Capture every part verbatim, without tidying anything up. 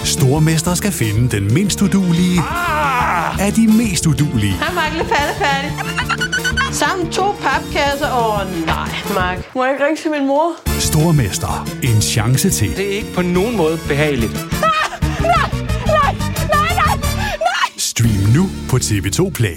Stormester skal finde den mindst uduelige ah! af de mest uduelige. Hej, Mark. Lidt færdig. Sammen to papkasser. Åh, oh, nej, Mark. Må jeg ikke ringe til min mor? Stormester. En chance til. Det er ikke på nogen måde behageligt. Ah! Nej, nej, nej, nej, nej! Stream nu på T V to Play.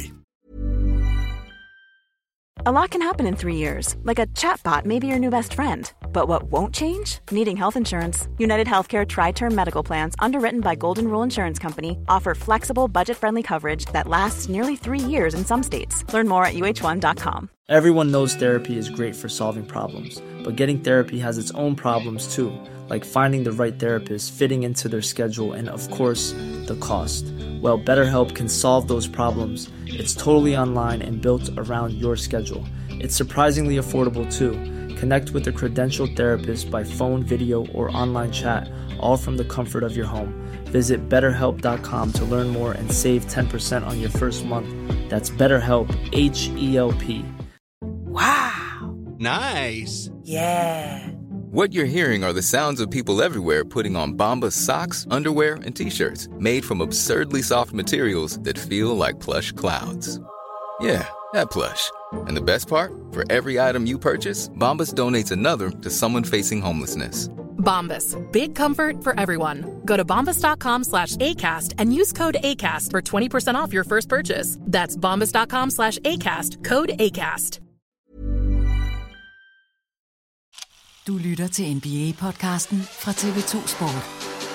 A lot can happen in three years, like a chatbot may be your new best friend. But what won't change? Needing health insurance. United Healthcare Tri-Term Medical Plans, underwritten by Golden Rule Insurance Company, offer flexible, budget-friendly coverage that lasts nearly three years in some states. Learn more at U H one dot com. Everyone knows therapy is great for solving problems, but getting therapy has its own problems too, like finding the right therapist, fitting into their schedule, and of course, the cost. Well, BetterHelp can solve those problems. It's totally online and built around your schedule. It's surprisingly affordable too. Connect with a credentialed therapist by phone, video, or online chat, all from the comfort of your home. Visit better help dot com to learn more and save ten percent on your first month. That's BetterHelp, H E L P. Wow. Nice. Yeah. What you're hearing are the sounds of people everywhere putting on Bombas socks, underwear, and T-shirts made from absurdly soft materials that feel like plush clouds. Yeah, that plush. And the best part? For every item you purchase, Bombas donates another to someone facing homelessness. Bombas. Big comfort for everyone. Go to bombas dot com slash ACAST and use code ACAST for twenty percent off your first purchase. That's bombas dot com slash ACAST. Code ACAST. Du lytter til N B A-podcasten fra T V to Sport.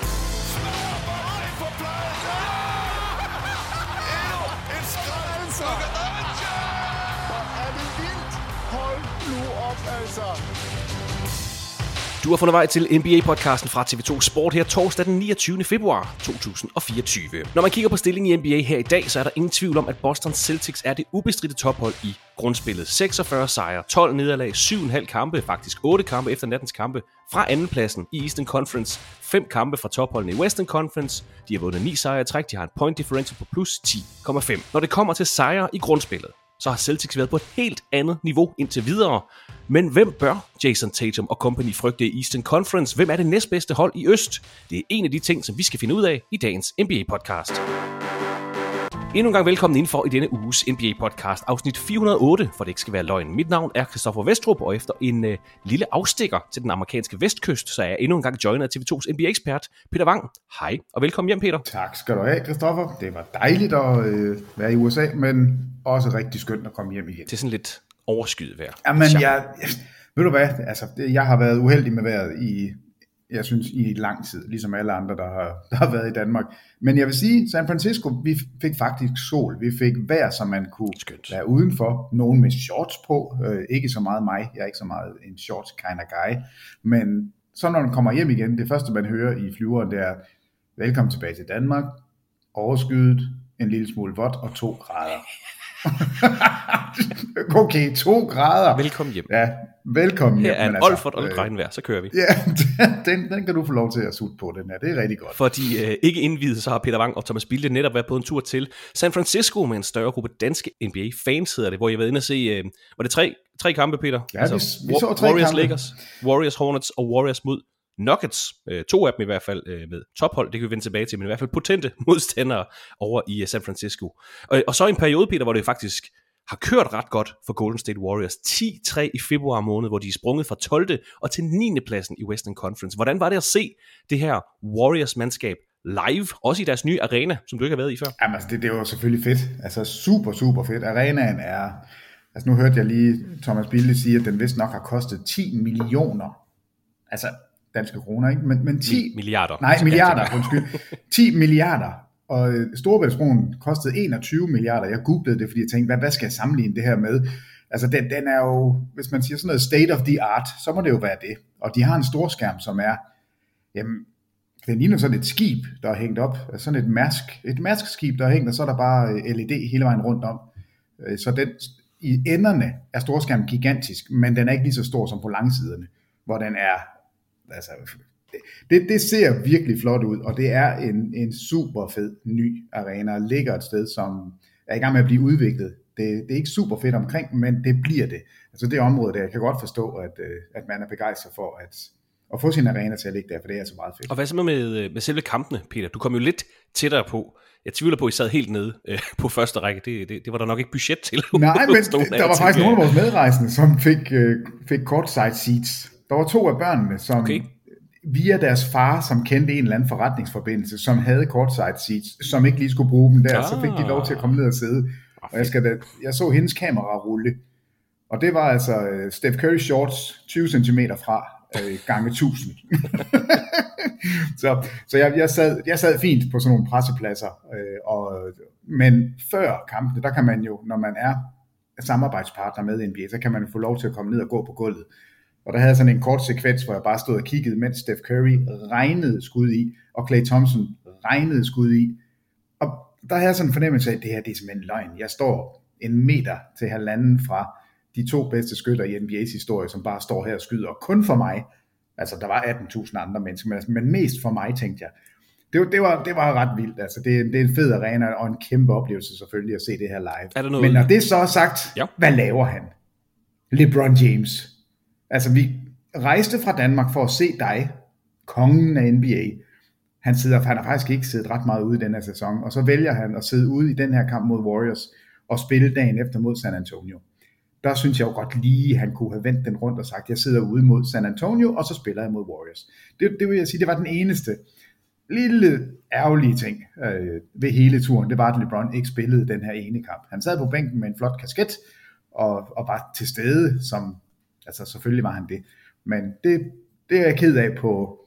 Du har fundet vej til N B A-podcasten fra T V to Sport her torsdag den niogtyvende februar to tusind og fireogtyve. Når man kigger på stillingen i N B A her i dag, så er der ingen tvivl om, at Boston Celtics er det ubestridte tophold i grundspillet. seksogfyrre sejre, tolv nederlag, syv komma fem kampe, faktisk otte kampe efter nattens kampe fra andenpladsen i Eastern Conference, fem kampe fra topholdene i Western Conference. De har vundet ni sejre i træk, de har en point differential på plus ti komma fem. Når det kommer til sejre i grundspillet, så har Celtics været på et helt andet niveau indtil videre. Men hvem bør Jason Tatum og company frygte i Eastern Conference? Hvem er det næstbedste hold i øst? Det er en af de ting, som vi skal finde ud af i dagens N B A-podcast. Endnu en gang velkommen indenfor i denne uges N B A-podcast, afsnit fire hundrede og otte, for det ikke skal være løgn. Mit navn er Christoffer Vestrup, og efter en øh, lille afstikker til den amerikanske vestkyst, så er jeg endnu en gang joiner af T V tos N B A-ekspert, Peter Wang. Hej, og velkommen hjem, Peter. Tak skal du have, Christoffer. Det var dejligt at øh, være i U S A, men også rigtig skønt at komme hjem igen. Det er sådan lidt overskyet vejr. Jamen, jeg, jeg, ved du hvad, altså, det, jeg har været uheldig med vejret i, jeg synes, i lang tid, ligesom alle andre, der har, der har været i Danmark. Men jeg vil sige, San Francisco, vi fik faktisk sol. Vi fik vejr, som man kunne Skønt. Være udenfor. Nogen med shorts på. Øh, ikke så meget mig. Jeg er ikke så meget en shorts kind of guy. Men så når man kommer hjem igen, det første, man hører i flyveren, det er, velkommen tilbage til Danmark. Overskyet, en lille smule vådt og to grader. Okay, to grader. Velkommen hjem. Ja, velkommen hjem. Her er en altså, Olfert og lidt regnvejr, så kører vi. Ja, den, den kan du få lov til at sutte på, den her. Det er rigtig godt. Fordi øh, ikke indvidet, så har Peter Wang og Thomas Bilde netop været på en tur til San Francisco med en større gruppe danske N B A-fans, hedder det, hvor jeg var inde og se, øh, var det tre, tre kampe, Peter? Ja, altså, vi, vi så tre Warriors kampe. Lakers, Warriors Hornets og Warriors mod Nuggets, øh, to af dem i hvert fald øh, med tophold, det kan vi vende tilbage til, men i hvert fald potente modstandere over i uh, San Francisco. Og, og så en periode, Peter, hvor det faktisk har kørt ret godt for Golden State Warriors. ti tre i februar måned, hvor de er sprunget fra tolvte og til niende pladsen i Western Conference. Hvordan var det at se det her Warriors-mandskab live, også i deres nye arena, som du ikke har været i før? Jamen, altså, det, det var selvfølgelig fedt. Altså super, super fedt. Arenaen er, altså nu hørte jeg lige Thomas Bilde sige, at den vist nok har kostet ti millioner. Altså danske kroner, ikke? Men, men ti... milliarder. Nej, milliarder, undskyld. ti milliarder. Og Storebæltsbroen kostede enogtyve milliarder. Jeg googlede det, fordi jeg tænkte, hvad, hvad skal jeg sammenligne det her med? Altså, den, den er jo, hvis man siger sådan noget state of the art, så må det jo være det. Og de har en storskærm, som er, jamen, det ligner sådan et skib, der er hængt op. Sådan et Mærsk, et Mærsk-skib, der er hængt, og så er der bare L E D hele vejen rundt om. Så den, i enderne er storskærmen gigantisk, men den er ikke lige så stor som på langsiderne, hvor den er, altså... Det, det ser virkelig flot ud, og det er en, en super fed ny arena, og ligger et sted, som er i gang med at blive udviklet. Det, det er ikke super fedt omkring, men det bliver det. Altså det område der, jeg kan godt forstå, at, at man er begejstret for, at, at få sin arena til at ligge der, for det er altså meget fedt. Og hvad så med, med selve kampene, Peter? Du kom jo lidt tættere på. Jeg tvivler på, at I sad helt nede øh, på første række. Det, det, det var der nok ikke budget til. Nej, men der var faktisk nogle af vores medrejsende, som fik, øh, fik courtside seats. Der var to af børnene, som okay. via deres far, som kendte en eller anden forretningsforbindelse, som havde courtside seats, som ikke lige skulle bruge dem der, ah. så fik de lov til at komme ned og sidde. Og jeg, skal da, jeg så hendes kamera rulle, og det var altså uh, Steph Curry shorts tyve centimeter fra uh, gange tusind. så så jeg, jeg, sad, jeg sad fint på sådan nogle pressepladser, uh, og, men før kampene, der kan man jo, når man er samarbejdspartner med N B A, så kan man få lov til at komme ned og gå på gulvet. Og der havde sådan en kort sekvens, hvor jeg bare stod og kiggede, mens Steph Curry regnede skud i, og Klay Thompson regnede skud i. Og der havde jeg sådan en fornemmelse af, at det her det er simpelthen løgn. Jeg står en meter til halvanden fra de to bedste skytter i N B A's historie, som bare står her og skyder. Og kun for mig, altså der var atten tusind andre mennesker, men mest for mig, tænkte jeg. Det var, det var, det var ret vildt. Altså, det, er, det er en fed arena og en kæmpe oplevelse selvfølgelig at se det her live. Men når det så er sagt, ja. Hvad laver han? LeBron James. Altså, vi rejste fra Danmark for at se dig, kongen af N B A. Han sidder, han har faktisk ikke siddet ret meget ude i den her sæson, og så vælger han at sidde ude i den her kamp mod Warriors, og spille dagen efter mod San Antonio. Der synes jeg jo godt lige, at han kunne have vendt den rundt og sagt, jeg sidder ude mod San Antonio, og så spiller jeg mod Warriors. Det, det vil jeg sige, det var den eneste lille ærgerlige ting øh, ved hele turen. Det var, at LeBron ikke spillede den her ene kamp. Han sad på bænken med en flot kasket, og, og var til stede, som, altså selvfølgelig var han det. Men det, det er jeg ked af på,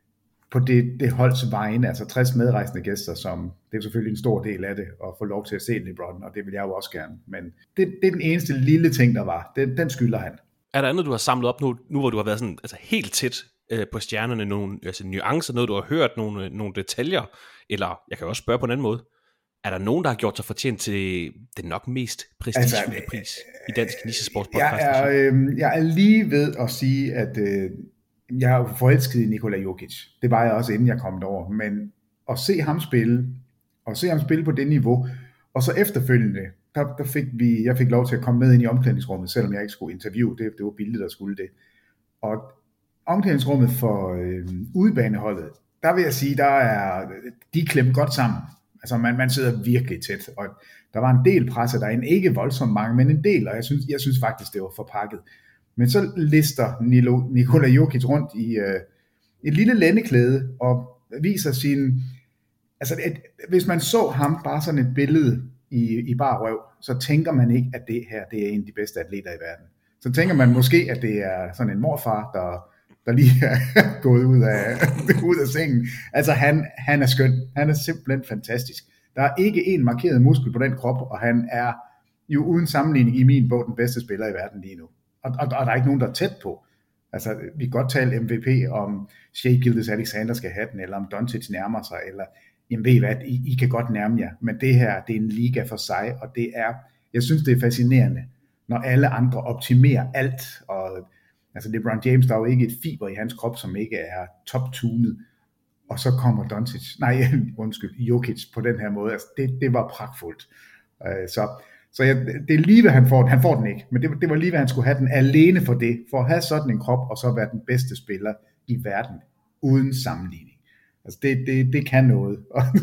på det, det holds vegne, altså tres medrejsende gæster, som det er selvfølgelig en stor del af det, at få lov til at se LeBron, og det vil jeg jo også gerne. Men det, det er den eneste lille ting, der var. Den, den skylder han. Er der andet, du har samlet op nu, nu hvor du har været sådan, altså helt tæt øh, på stjernerne, nogle altså nuancer, noget du har hørt, nogle, nogle detaljer, eller jeg kan også spørge på en anden måde, er der nogen, der har gjort sig fortjent til den nok mest prestigefulde altså, pris i dansk nichesportspodcast? Jeg er, øh, jeg er lige ved at sige, at øh, jeg er forelsket i Nikola Jokic. Det var jeg også, inden jeg kom derover. Men at se ham spille, og se ham spille på det niveau, og så efterfølgende, der, der fik vi, jeg fik lov til at komme med ind i omklædningsrummet, selvom jeg ikke skulle interviewe, det, det var Bilde, der skulle det. Og omklædningsrummet for øh, udebaneholdet, der vil jeg sige, der er, de er klemt godt sammen. Altså man, man sidder virkelig tæt, og der var en del presse derinde, ikke voldsomt mange, men en del, og jeg synes, jeg synes faktisk, det var forpakket. Men så lister Nilo, Nikola Jokic rundt i øh, et lille lændeklæde, og viser sin, altså et, hvis man så ham bare sådan et billede i, i bar røv, så tænker man ikke, at det her, det er en af de bedste atleter i verden. Så tænker man måske, at det er sådan en morfar, der der lige er gået ud af, ud af sengen. Altså han, han er skøn. Han er simpelthen fantastisk. Der er ikke en markeret muskel på den krop, og han er jo uden sammenligning i min bog den bedste spiller i verden lige nu. Og, og, og der er ikke nogen, der er tæt på. Altså vi kan godt tale M V P om Shai Gilgeous-Alexander skal have den, eller om Doncic nærmer sig, eller jamen ved I hvad, I, I kan godt nærme jer. Men det her, det er en liga for sig, og det er, jeg synes det er fascinerende, når alle andre optimerer alt, og altså LeBron James, der er jo ikke et fiber i hans krop, som ikke er top-tunet, og så kommer Doncic, nej, undskyld, Jokic på den her måde, altså det, det var pragtfuldt. Uh, så så jeg, det er lige hvad han får den, han får den ikke, men det, det var lige hvad han skulle have den, alene for det, for at have sådan en krop, og så være den bedste spiller i verden, uden sammenligning. Altså det, det, det kan noget,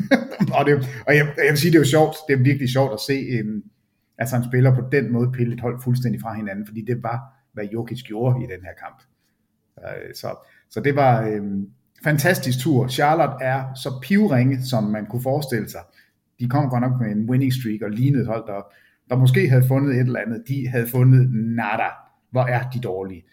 og, det, og jeg, jeg vil sige, det er jo sjovt, det er virkelig sjovt at se en, altså en spiller på den måde pille et hold fuldstændig fra hinanden, fordi det var hvad Jokic gjorde i den her kamp. Så, så det var en fantastisk tur. Charlotte er så pivringe, som man kunne forestille sig. De kom godt nok med en winning streak og lignede hold, der, der måske havde fundet et eller andet. De havde fundet nada. Hvor er de dårlige.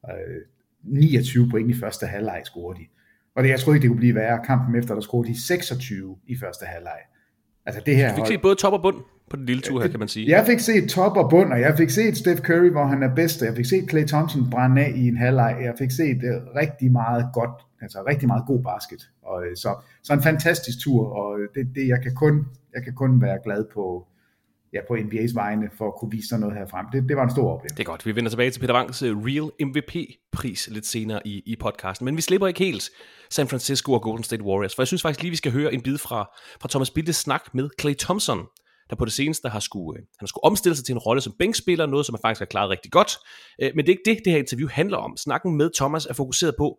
niogtyve point i første halvleg scorede de. Og det, jeg troede ikke, det kunne blive værre. Kampen efter, der scorede de seksogtyve i første halvleg. Altså det her du fik set både top og bund på den lille tur her, kan man sige. Jeg fik set top og bund, og jeg fik set Steph Curry, hvor han er bedst, jeg fik set Klay Thompson brænde af i en halvleg, jeg fik set uh, rigtig meget godt, altså rigtig meget god basket, og uh, så, så en fantastisk tur, og det, det jeg kan kun, jeg kan kun være glad på, ja, på N B A's vegne, for at kunne vise sig noget herfrem. Det, det var en stor oplevelse. Det er godt, vi vender tilbage til Peter Wangs Real M V P-pris lidt senere i, i podcasten, men vi slipper ikke helt San Francisco og Golden State Warriors, for jeg synes faktisk lige, vi skal høre en bid fra, fra Thomas Bildes snak med Klay Thompson, der på det seneste har skulle, han har skulle omstille sig til en rolle som bænkspiller, noget som han faktisk har klaret rigtig godt. Men det er ikke det, det her interview handler om. Snakken med Thomas er fokuseret på,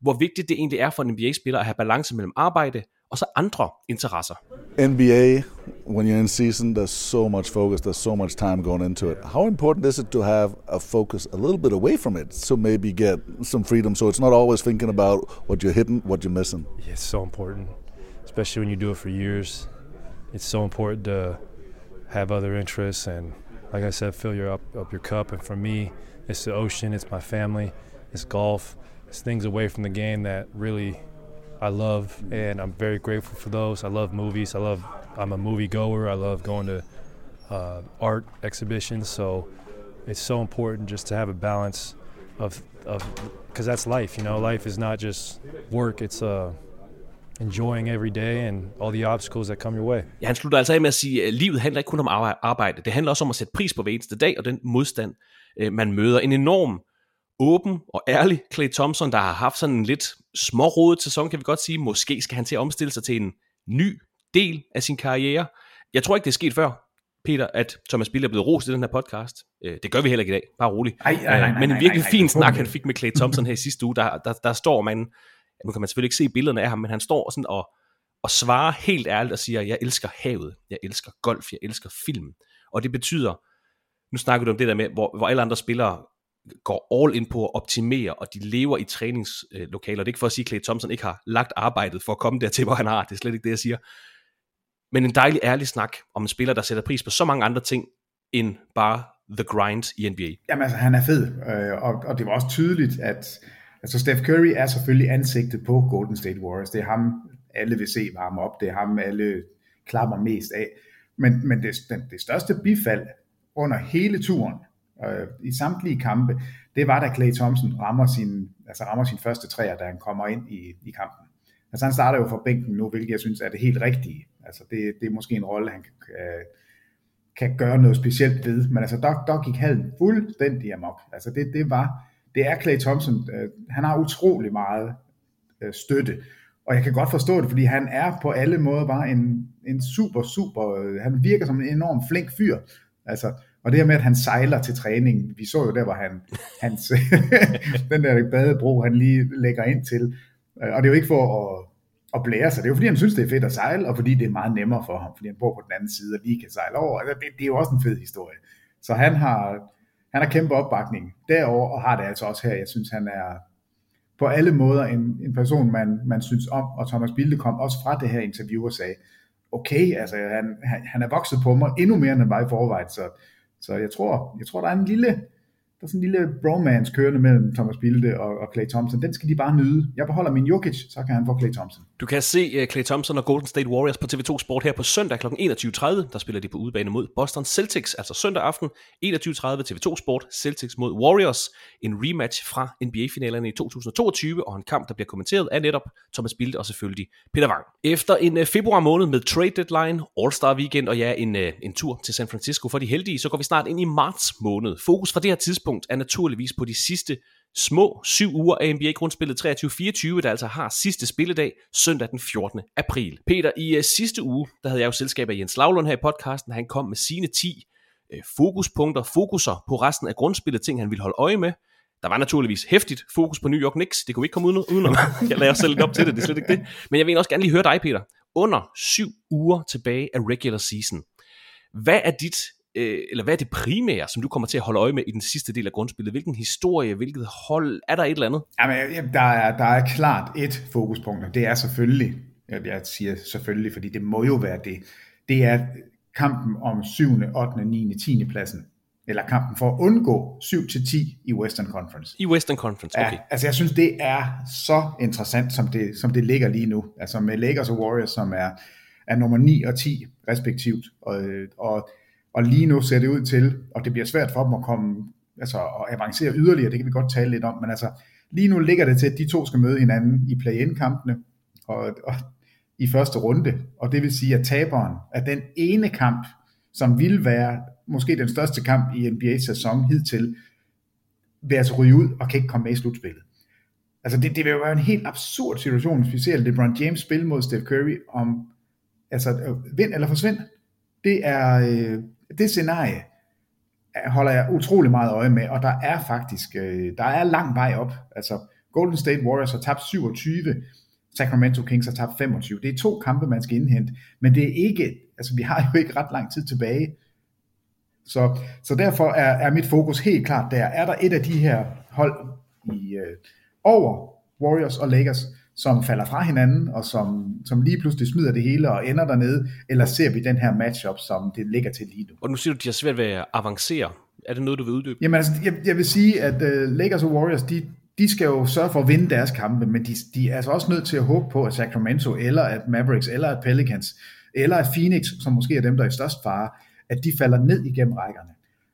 hvor vigtigt det egentlig er for en N B A-spiller at have balance mellem arbejde og så andre interesser. N B A, when you're in season, there's so much focus, there's so much time going into it. How important is it to have a focus a little bit away from it, so maybe get some freedom, so it's not always thinking about what you're hitting, what you're missing? Yeah, it's so important, especially when you do it for years. It's so important to have other interests and, like I said, fill your up, up your cup. And for me, it's the ocean, it's my family, it's golf, it's things away from the game that really I love, and I'm very grateful for those. I love movies. I love. I'm a movie goer. I love going to uh, art exhibitions. So it's so important just to have a balance of of because that's life. You know, life is not just work. It's uh, enjoying every day and all the obstacles that come your way. Ja, han slutter altså af med at sige, at livet handler ikke kun om arbejde. Det handler også om at sætte pris på hver eneste dag og den modstand, man møder. En enorm åben og ærlig Klay Thompson, der har haft sådan en lidt smårodet sæson, kan vi godt sige. Måske skal han til at omstille sig til en ny del af sin karriere. Jeg tror ikke, det er sket før, Peter, at Thomas Bille er blevet rost i den her podcast. Det gør vi heller ikke i dag, bare roligt. Ej, ej, ej, Men en virkelig ej, ej, fin ej, snak, han fik med Klay Thompson her i sidste uge. Der, der, der står man, nu kan man selvfølgelig ikke se billederne af ham, men han står sådan og, og svarer helt ærligt og siger, jeg elsker havet, jeg elsker golf, jeg elsker film. Og det betyder, nu snakker du om det der med, hvor, hvor alle andre spillere går all in på at optimere, og de lever i træningslokaler. Det er ikke for at sige, at Klay Thompson ikke har lagt arbejdet for at komme dertil, hvor han har. Det er slet ikke det, jeg siger. Men en dejlig, ærlig snak om en spiller, der sætter pris på så mange andre ting, end bare the grind i N B A. Jamen altså, han er fed, øh, og, og det var også tydeligt, at altså Steph Curry er selvfølgelig ansigtet på Golden State Warriors. Det er ham, alle vil se varme op. Det er ham, alle klapper mest af. Men, men det, den, det største bifald under hele turen, øh, i samtlige kampe, det var, da Klay Thompson rammer sin, altså rammer sin første træer, da han kommer ind i, i kampen. Altså han starter jo fra bænken nu, hvilket jeg synes er det helt rigtige. Altså det, det er måske en rolle, han kan, kan gøre noget specielt ved, men altså der, der gik hallen fuldstændig amok. Altså det, det var, det er Klay Thompson, øh, han har utrolig meget øh, støtte, og jeg kan godt forstå det, fordi han er på alle måder bare en, en super, super, øh, han virker som en enorm flink fyr, altså, og det her med, at han sejler til træningen, vi så jo der, hvor han, hans, den der badebro, han lige lægger ind til, og det er jo ikke for at, at blære sig, det er jo fordi, han synes, det er fedt at sejle, og fordi det er meget nemmere for ham, fordi han bor på den anden side, og lige kan sejle over, altså, det, det er jo også en fed historie, så han har, han har kæmpe opbakning derover og har det altså også her. Jeg synes, han er på alle måder en, en person, man, man synes om, og Thomas Bilde kom også fra det her interview og sagde, okay, altså han, han, han er vokset på mig endnu mere, end han var i forvejen, så, så jeg tror, jeg tror, der er en lille, der er sådan en lille bromance kørende mellem Thomas Bilde og, og Klay Thompson. Den skal de bare nyde. Jeg beholder min Jokic, så kan han få Klay Thompson. Du kan se uh, Klay Thompson og Golden State Warriors på T V to Sport her på søndag kl. enogtyve tredive. Der spiller de på udebane mod Boston Celtics, altså søndag aften enogtyve tredive T V to Sport. Celtics mod Warriors. En rematch fra N B A-finalerne i to tusind og toogtyve, og en kamp, der bliver kommenteret af netop Thomas Bilde og selvfølgelig Peter Wang. Efter en uh, februar måned med trade deadline, All-Star weekend og ja, en, uh, en tur til San Francisco for de heldige, så går vi snart ind i marts måned. Fokus fra det her tidspunkt er naturligvis på de sidste små syv uger af N B A-grundspillet treogtyve fireogtyve, der altså har sidste spilledag søndag den fjortende april. Peter, i uh, sidste uge, der havde jeg jo selskab af Jens Lavlund her i podcasten. Han kom med sine ti uh, fokuspunkter, fokuser på resten af grundspillet, ting han ville holde øje med. Der var naturligvis hæftigt fokus på New York Knicks. Det kunne vi ikke komme udenom. Jeg lader selv lidt op til det, det er slet ikke det. Men jeg vil også gerne lige høre dig, Peter. Under syv uger tilbage af regular season, hvad er dit eller hvad er det primære, som du kommer til at holde øje med i den sidste del af grundspillet? Hvilken historie, hvilket hold, er der et eller andet? Jamen, der er, der er klart et fokuspunkt, og det er selvfølgelig, jeg siger selvfølgelig, fordi det må jo være det, det er kampen om syvende, ottende, niende, tiende pladsen, eller kampen for at undgå syv til ti i Western Conference. I Western Conference, okay. Ja, altså jeg synes, det er så interessant, som det, som det ligger lige nu, altså med Lakers og Warriors, som er, er nummer ni og ti respektivt, og, og Og lige nu ser det ud til, og det bliver svært for dem at komme, altså at avancere yderligere, det kan vi godt tale lidt om, men altså lige nu ligger det til, at de to skal møde hinanden i play-in-kampene og, og i første runde, og det vil sige, at taberen af den ene kamp, som vil være måske den største kamp i N B A-sæson hidtil, vil altså ryge ud og kan ikke komme med i slutspillet. Altså det, det vil jo være en helt absurd situation, hvis vi ser LeBron James spille mod Steph Curry om, altså vind eller forsvind. Det er øh, det scenarie holder jeg utrolig meget øje med, og der er faktisk, øh, der er lang vej op. Altså Golden State Warriors har tabt syvogtyve, Sacramento Kings har tabt femogtyve. Det er to kampe, man skal indhente, men det er ikke, altså vi har jo ikke ret lang tid tilbage. Så, så derfor er, er mit fokus helt klart der. Er der et af de her hold i øh, over Warriors og Lakers, som falder fra hinanden, og som, som lige pludselig smider det hele og ender dernede, eller ser vi den her matchup, som det ligger til lige nu? Og nu siger du, de har svært ved at avancere. Er det noget, du vil uddybe? Jamen altså, jeg, jeg vil sige, at uh, Lakers og Warriors, de, de skal jo sørge for at vinde deres kampe, men de, de er altså også nødt til at håbe på, at Sacramento, eller at Mavericks, eller at Pelicans, eller at Phoenix, som måske er dem, der er i størst fare, at de falder ned igennem rækkerne.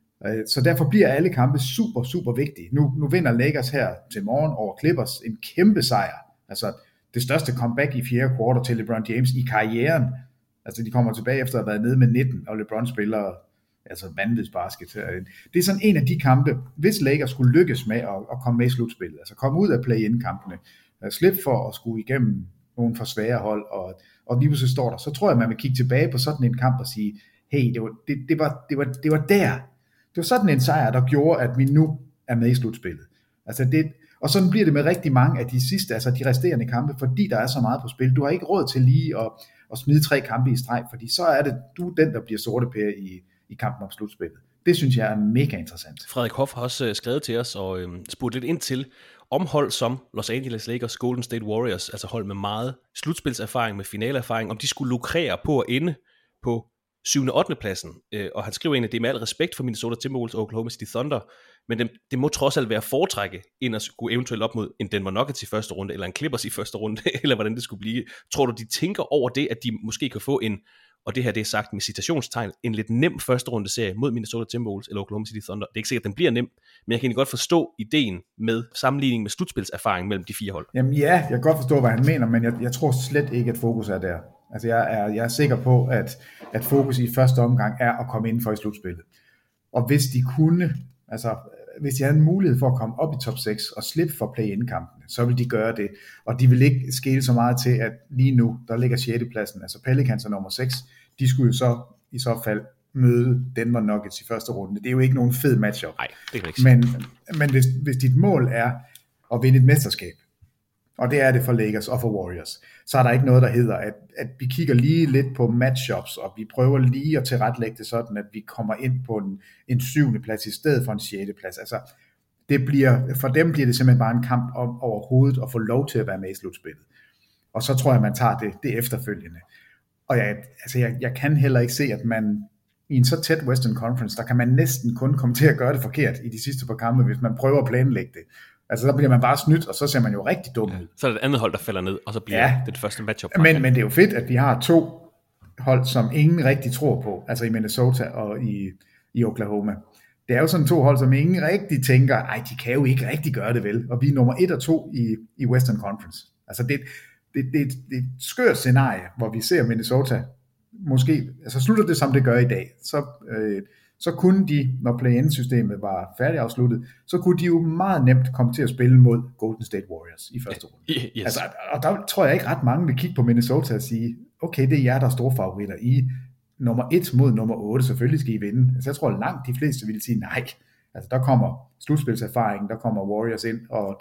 Så derfor bliver alle kampe super, super vigtige. Nu, nu vinder Lakers her til morgen over Clippers en kæmpe sejr. Altså det største comeback i fjerde kvartal til LeBron James i karrieren. Altså de kommer tilbage efter at have været nede med nitten, og LeBron spiller altså vanvidsbasket. Det er sådan en af de kampe, hvis Lakers skulle lykkes med at, at komme med i slutspillet, altså komme ud af play-in-kampene, slippe for at skulle igennem nogle for svære hold, og, og lige så står der, så tror jeg, man vil kigge tilbage på sådan en kamp og sige, hey, det var, det, det var, det var, det var der. Det var sådan en sejr, der gjorde, at vi nu er med i slutspillet. Altså det, og sådan bliver det med rigtig mange af de sidste, altså de resterende kampe, fordi der er så meget på spil. Du har ikke råd til lige at, at smide tre kampe i streg, fordi så er det du den, der bliver sortepære i, i kampen om slutspillet. Det synes jeg er mega interessant. Frederik Hoff har også skrevet til os og øhm, spurgt lidt ind til, om hold som Los Angeles Lakers, Golden State Warriors, altså hold med meget slutspilserfaring, med finaleerfaring, om de skulle lukrere på at ende på syvende og ottende pladsen, øh, og han skriver egentlig, at det er med al respekt for Minnesota Timberwolves og Oklahoma City Thunder, men det, det må trods alt være foretrække, end at skulle eventuelt op mod en Denver Nuggets i første runde, eller en Clippers i første runde, eller hvordan det skulle blive. Tror du, de tænker over det, at de måske kan få en, og det her det er sagt med citationstegn, en lidt nem første runde serie mod Minnesota Timberwolves eller Oklahoma City Thunder? Det er ikke sikkert, at den bliver nem, men jeg kan egentlig godt forstå ideen med sammenligning med slutspilserfaring mellem de fire hold. Jamen ja, jeg kan godt forstå, hvad han mener, men jeg, jeg tror slet ikke, at fokus er der. Altså jeg er, jeg er sikker på, at, at fokus i første omgang er at komme inden for i slutspillet. Og hvis de kunne, altså hvis de havde en mulighed for at komme op i top seks og slippe for play-in-kampene, så vil de gøre det. Og de vil ikke skele så meget til, at lige nu, der ligger sjette pladsen, altså Pelicans er nummer seks, de skulle jo så i så fald møde Denver Nuggets i første runde. Det er jo ikke nogen fed matchup. Nej, det kan ikke men, men hvis, hvis dit mål er at vinde et mesterskab, og det er det for Lakers og for Warriors, så er der ikke noget, der hedder, at, at vi kigger lige lidt på matchups, og vi prøver lige at tilrettelægge det sådan, at vi kommer ind på en, en syvende plads i stedet for en sjette plads. Altså, det bliver, for dem bliver det simpelthen bare en kamp om overhovedet at få lov til at være med i slutspillet. Og så tror jeg, man tager det, det efterfølgende. Og jeg, altså jeg, jeg kan heller ikke se, at man i en så tæt Western Conference, der kan man næsten kun komme til at gøre det forkert i de sidste par kampe, hvis man prøver at planlægge det. Altså, så bliver man bare snydt, og så ser man jo rigtig dum ud. Ja, så er det et andet hold, der falder ned, og så bliver ja. det det første matchup. Men, men det er jo fedt, at vi har to hold, som ingen rigtig tror på, altså i Minnesota og i, i Oklahoma. Det er jo sådan to hold, som ingen rigtig tænker, ej, de kan jo ikke rigtig gøre det vel. Og vi er nummer et og to i, i Western Conference. Altså, det, det, det, det er et skørt scenarie, hvor vi ser Minnesota, måske, altså slutter det, som det gør i dag, så... Øh, så kunne de, når play-in-systemet var færdigafsluttet, så kunne de jo meget nemt komme til at spille mod Golden State Warriors i første runde. Yes. Altså, og der tror jeg ikke ret mange vil kigge på Minnesota og sige, okay, det er jer, der er store favoritter. I nummer et mod nummer otte, selvfølgelig skal I vinde. Altså, jeg tror langt de fleste vil sige nej. Altså, der kommer slutspilserfaring, der kommer Warriors ind og,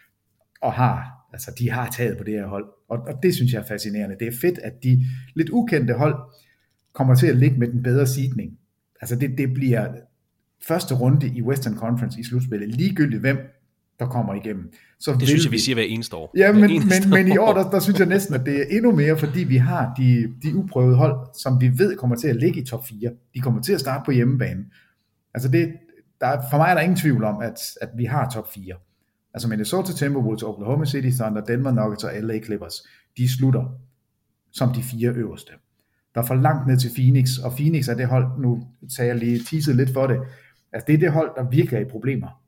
og har, altså, de har taget på det her hold. Og, og det synes jeg er fascinerende. Det er fedt, at de lidt ukendte hold kommer til at ligge med den bedre seedning. Altså det, det bliver første runde i Western Conference i slutspillet, ligegyldigt hvem der kommer igennem. Så det synes jeg, vi siger hver eneste år. Ja, men, men, men i år, der, der synes jeg næsten, at det er endnu mere, fordi vi har de, de uprøvede hold, som vi ved kommer til at ligge i top fire. De kommer til at starte på hjemmebane. Altså det, der er, for mig er der ingen tvivl om, at, at vi har top fire. Altså Minnesota Timberwolves, Oklahoma City Thunder, Denver Nuggets og L A Clippers, de slutter som de fire øverste. Der er for langt ned til Phoenix, og Phoenix er det hold, nu tager jeg lige teaset lidt for det, altså det er det hold, der virkelig er i problemer.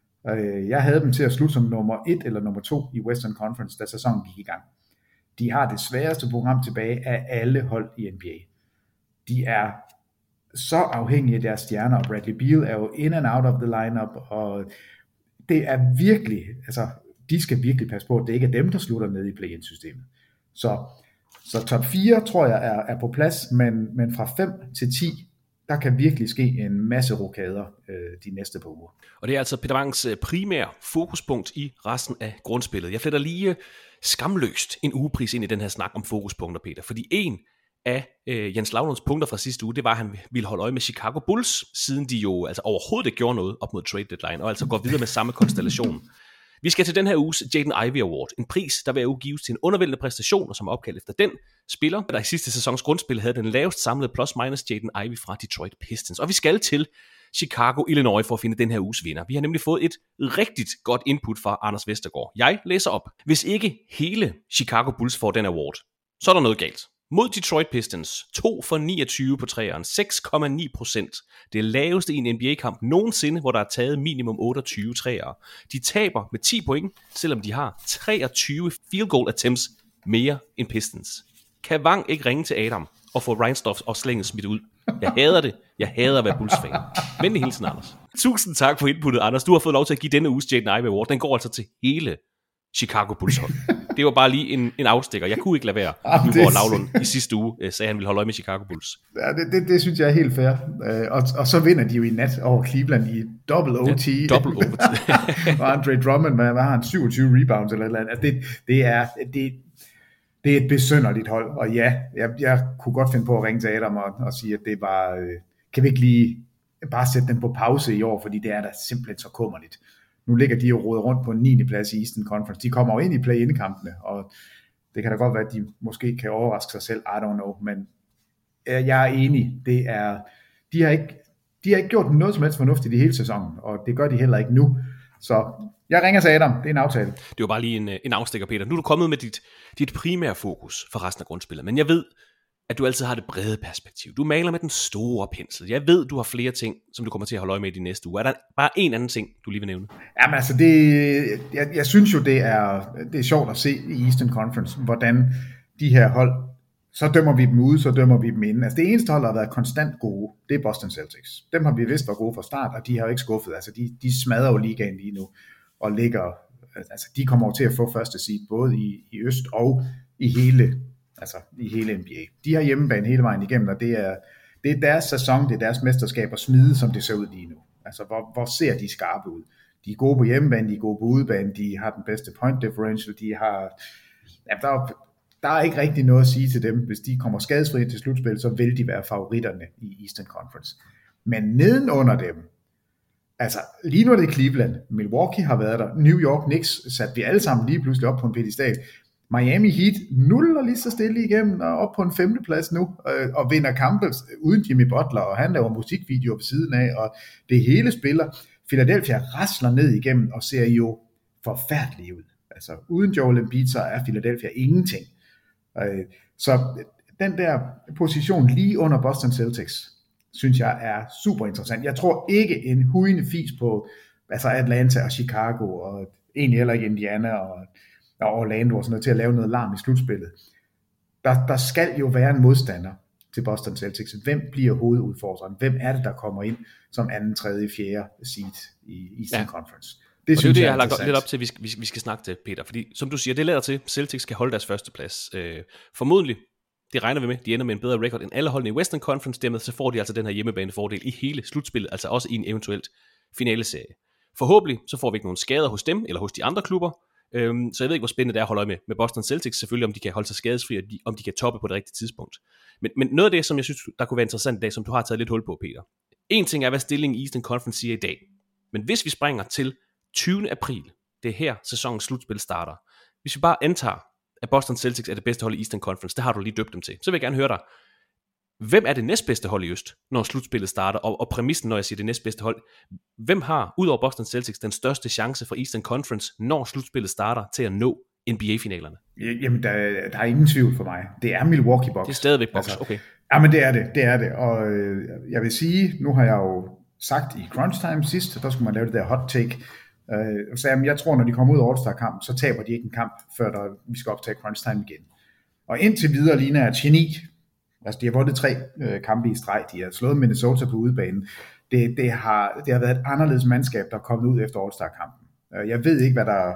Jeg havde dem til at slutte som nummer et eller nummer to i Western Conference, da sæsonen gik i gang. De har det sværeste program tilbage af alle hold i N B A. De er så afhængige af deres stjerner, og Bradley Beal er jo in and out of the lineup, og det er virkelig, altså de skal virkelig passe på, at det ikke er dem, der slutter ned i play-in-systemet. Så Så top fire, tror jeg, er, er på plads, men, men fra fem til ti, der kan virkelig ske en masse rokader øh, de næste par uger. Og det er altså Peter Wangs primære fokuspunkt i resten af grundspillet. Jeg fletter lige skamløst en ugepris ind i den her snak om fokuspunkter, Peter, fordi en af øh, Jens Lavlunds punkter fra sidste uge, det var, at han ville holde øje med Chicago Bulls, siden de jo altså overhovedet ikke gjorde noget op mod trade deadline, og altså går videre med samme konstellation. Vi skal til den her uges Jaden Ivey Award, en pris, der vil gives til en undervældende præstation, og som er opkaldt efter den spiller, der i sidste sæsons grundspil havde den lavest samlede plus-minus Jaden Ivey fra Detroit Pistons. Og vi skal til Chicago, Illinois for at finde den her uges vinder. Vi har nemlig fået et rigtigt godt input fra Anders Vestergaard. Jeg læser op. Hvis ikke hele Chicago Bulls får den award, så er der noget galt. Mod Detroit Pistons, to for niogtyve på træeren, seks komma ni procent. Det laveste i en N B A-kamp nogensinde, hvor der er taget minimum otteogtyve træer. De taber med ti point, selvom de har treogtyve field goal attempts mere end Pistons. Kan Wang ikke ringe til Adam og få Reinsdorf og slænget smidt ud? Jeg hader det. Jeg hader at være Bulls-fan. Venlig hilsen, Anders. Tusind tak for inputtet, Anders. Du har fået lov til at give denne uges Jaden Ivey Award. Den går altså til hele Chicago Bulls hold. Det var bare lige en, en afstikker. Jeg kunne ikke lade være, ja, nu hvor Lavlund i sidste uge uh, sagde, at han ville holde øje med Chicago Bulls. Ja, det, det, det synes jeg er helt fair. Uh, og, og så vinder de jo i nat over Cleveland i double O T. Ja, double O T. Og Andre Drummond, hvad har han, syvogtyve rebounds eller et eller andet. Altså det, det, er, det, det er et besynderligt hold. Og ja, jeg, jeg kunne godt finde på at ringe til Adam og, og sige, at det var, uh, kan vi ikke lige bare sætte den på pause i år, fordi det er da simpelthen så kummerligt. Nu ligger de jo rodet rundt på en niende plads i Eastern Conference. De kommer jo ind i play-in-kampene, og det kan da godt være, at de måske kan overraske sig selv. I don't know, men jeg er enig. Det er, de, har ikke, de har ikke gjort noget som helst fornuftigt i hele sæsonen, og det gør de heller ikke nu. Så jeg ringer til Adam. Det er en aftale. Det var bare lige en, en afstikker, Peter. Nu er du kommet med dit, dit primære fokus for resten af grundspillet, men jeg ved, at du altid har det brede perspektiv. Du maler med den store pensel. Jeg ved, du har flere ting, som du kommer til at holde øje med i de næste uger. Er der bare en anden ting, du lige vil nævne? Jamen altså, det, jeg, jeg synes jo, det er, det er sjovt at se i Eastern Conference, hvordan de her hold, så dømmer vi dem ude, så dømmer vi dem inde. Altså det eneste hold, der har været konstant gode, det er Boston Celtics. Dem har vi vidst var gode fra start, og de har jo ikke skuffet. Altså de, de smadrer jo ligaen lige nu, og ligger, altså de kommer over til at få første seed, både i, i øst og i hele altså i hele N B A. De har hjemmebane hele vejen igennem, og det er, det er deres sæson, det er deres mesterskab at smide, som det ser ud lige nu. Altså, hvor, hvor ser de skarpe ud? De er gode på hjemmebane, de er gode på udebane, de har den bedste point differential, de har... Ja, der, er, der er ikke rigtig noget at sige til dem. Hvis de kommer skadesfri til slutspil, så vil de være favoritterne i Eastern Conference. Men nedenunder dem, altså lige nu er det Cleveland, Milwaukee har været der, New York Knicks satte vi alle sammen lige pludselig op på en pedestal. Miami Heat nuller lige så stille igennem og op på en femteplads nu, øh, og vinder kampe uden Jimmy Butler, og han laver musikvideoer ved siden af, og det hele spiller. Philadelphia rasler ned igennem og ser jo forfærdeligt ud. Altså uden Joel Embiid, så er Philadelphia ingenting. Øh, så den der position lige under Boston Celtics, synes jeg er super interessant. Jeg tror ikke en hujende fis på altså Atlanta og Chicago, og egentlig heller ikke Indiana og og Orlando og sådan noget, til at lave noget larm i slutspillet. Der, der skal jo være en modstander til Boston Celtics. Hvem bliver hovedudfordreren? Hvem er det, der kommer ind som anden, tredje, fjerde seed i Eastern ja. Conference? Det, og det er jo det, jeg har lagt lidt op til, vi skal, vi skal snakke til, Peter. Fordi, som du siger, det lader til, Celtics skal holde deres første plads. Øh, formodentlig, det regner vi med, de ender med en bedre record end alle holdene i Western Conference. Dermed så får de altså den her hjemmebanefordel i hele slutspillet, altså også i en eventuelt finaleserie. Forhåbentlig så får vi ikke nogen skader hos dem, eller hos de andre klubber. Øhm, så jeg ved ikke, hvor spændende det er at holde øje med, med Boston Celtics, selvfølgelig om de kan holde sig skadesfri, og de, om de kan toppe på det rigtige tidspunkt. Men, men noget af det, som jeg synes, der kunne være interessant i dag, som du har taget lidt hul på, Peter. En ting er, hvad stillingen i Eastern Conference siger i dag. Men hvis vi springer til tyvende april, det er her sæsonens slutspil starter. Hvis vi bare antager, at Boston Celtics er det bedste hold i Eastern Conference, det har du lige døbt dem til, så vil jeg gerne høre dig. Hvem er det næstbedste hold i øst, når slutspillet starter? Og, og præmissen, når jeg siger det næstbedste hold, hvem har, udover Boston Celtics, den største chance for Eastern Conference, når slutspillet starter, til at nå N B A-finalerne? Jamen, der, der er ingen tvivl for mig. Det er Milwaukee Bucks. Det er stadigvæk Bucks, altså, okay. Ja, men det er det, det er det. Og øh, jeg vil sige, nu har jeg jo sagt i crunch time sidst, der skulle man lave det der hot take, øh, og sagde, jamen, jeg tror, når de kommer ud af All-Star-kampen, så taber de ikke en kamp, før der, vi skal optage crunch time igen. Og indtil videre ligner jeg geni. Altså, de har vundet tre øh, kampe i streg. De har slået Minnesota på udebanen. Det, det, har, det har været et anderledes mandskab, der er kommet ud efter All-Star-kampen. Jeg ved ikke, hvad, der,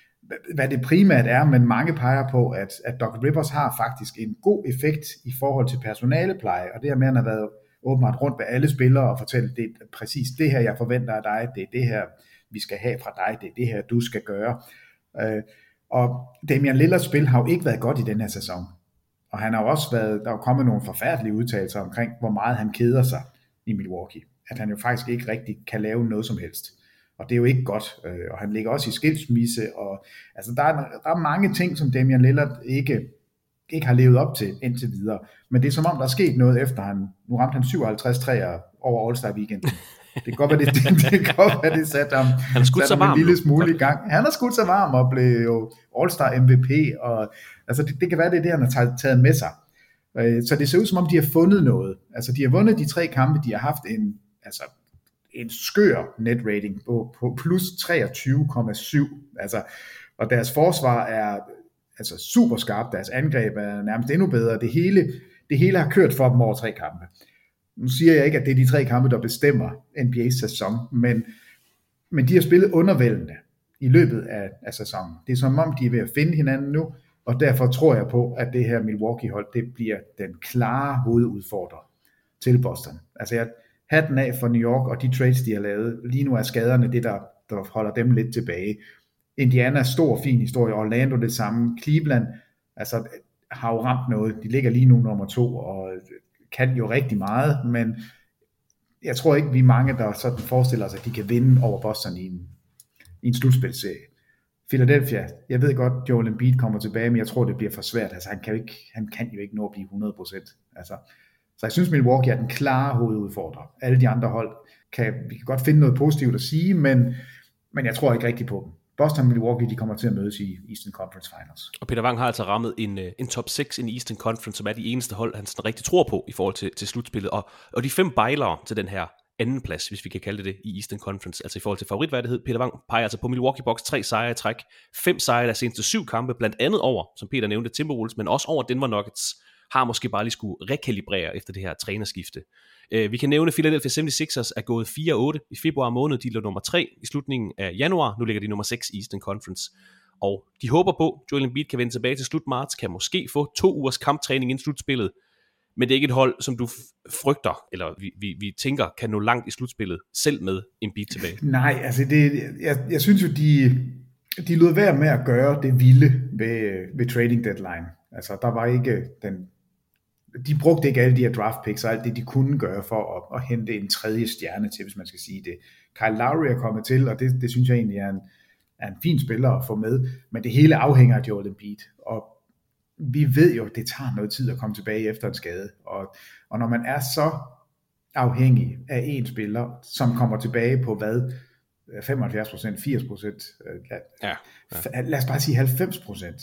hvad det primært er, men mange peger på, at, at Doc Rivers har faktisk en god effekt i forhold til personalepleje, og det her med, at han har været åbenbart rundt ved alle spillere og fortælle, det er præcis det her, jeg forventer af dig, det er det her, vi skal have fra dig, det er det her, du skal gøre. Øh, og Damian Lillards spil har jo ikke været godt i den her sæson. Og han har også været, der er kommet nogle forfærdelige udtalelser omkring, hvor meget han keder sig i Milwaukee. At han jo faktisk ikke rigtig kan lave noget som helst. Og det er jo ikke godt. Og han ligger også i skilsmisse. Og, altså, der, er, der er mange ting, som Damian Lillard ikke, ikke har levet op til indtil videre. Men det er som om, der er sket noget efter han. Nu ramte han syvoghalvtreds træer over All-Star Weekenden. Det kan godt være, det, det, det, godt være, det satte ham, han satte ham en lille smule i gang. Han har skudt sig varm og blev jo All-Star M V P. Og, altså, det, det kan være, det er det, han har taget med sig. Så det ser ud, som om de har fundet noget. Altså, de har vundet de tre kampe, de har haft en, altså, en skør net rating på, på plus treogtyve komma syv. Altså, og deres forsvar er altså, super skarpt. Deres angreb er nærmest endnu bedre. Det hele, det hele har kørt for dem over tre kampe. Nu siger jeg ikke, at det er de tre kampe, der bestemmer N B A's sæson, men, men de har spillet undervældende i løbet af, af sæsonen. Det er som om, de er ved at finde hinanden nu, og derfor tror jeg på, at det her Milwaukee-hold, det bliver den klare hovedudfordrer til Boston. Altså jeg hatten af for New York, og de trades, de har lavet. Lige nu er skaderne det, der, der holder dem lidt tilbage. Indiana er stor, fin historie. Orlando det samme. Cleveland altså, har jo ramt noget. De ligger lige nu nummer to, og kan jo rigtig meget, men jeg tror ikke, vi er mange, der sådan forestiller sig, at de kan vinde over Boston i en, i en slutspilserie. Philadelphia, jeg ved godt, Joel Embiid kommer tilbage, men jeg tror, det bliver for svært. Altså, han kan jo ikke, han kan jo ikke nå at blive hundrede procent. Altså, så jeg synes, Milwaukee er den klare hovedudfordrer. Alle de andre hold, kan, vi kan godt finde noget positivt at sige, men, men jeg tror ikke rigtig på dem. Boston og Milwaukee, de kommer til at mødes i Eastern Conference Finals. Og Peter Wang har altså rammet en, en top seks i Eastern Conference, som er de eneste hold, han sådan rigtig tror på i forhold til, til slutspillet. Og, og de fem bejlere til den her anden plads, hvis vi kan kalde det det, i Eastern Conference, altså i forhold til favoritværdighed. Peter Wang peger altså på Milwaukee Bucks tre sejre i træk, fem sejre der seneste syv kampe, blandt andet over, som Peter nævnte, Timberwolves, men også over Denver Nuggets, har måske bare lige skulle rekalibrere efter det her trænerskifte. Vi kan nævne, at Philadelphia seventy-sixers er gået fire otte i februar måned. De lå nummer tre i slutningen af januar. Nu ligger de nummer seks i Eastern Conference. Og de håber på, at Joel Embiid kan vende tilbage til slut marts, kan måske få to ugers kamptræning inden slutspillet. Men det er ikke et hold, som du frygter, eller vi, vi, vi tænker, kan nå langt i slutspillet, selv med Embiid tilbage. Nej, altså det, jeg, jeg synes jo, de, de lod være med at gøre det vilde ved, ved trading deadline. Altså der var ikke den... De brugte ikke alle de her draft picks og alt det, de kunne gøre for at, at hente en tredje stjerne til, hvis man skal sige det. Kyle Lowry er kommet til, og det, det synes jeg egentlig er en, er en fin spiller at få med, men det hele afhænger af Joel Embiid, og vi ved jo, at det tager noget tid at komme tilbage efter en skade, og, og når man er så afhængig af en spiller, som kommer tilbage på hvad, femoghalvfjerds procent, firs procent, ja, ja. lad os bare sige halvfems procent,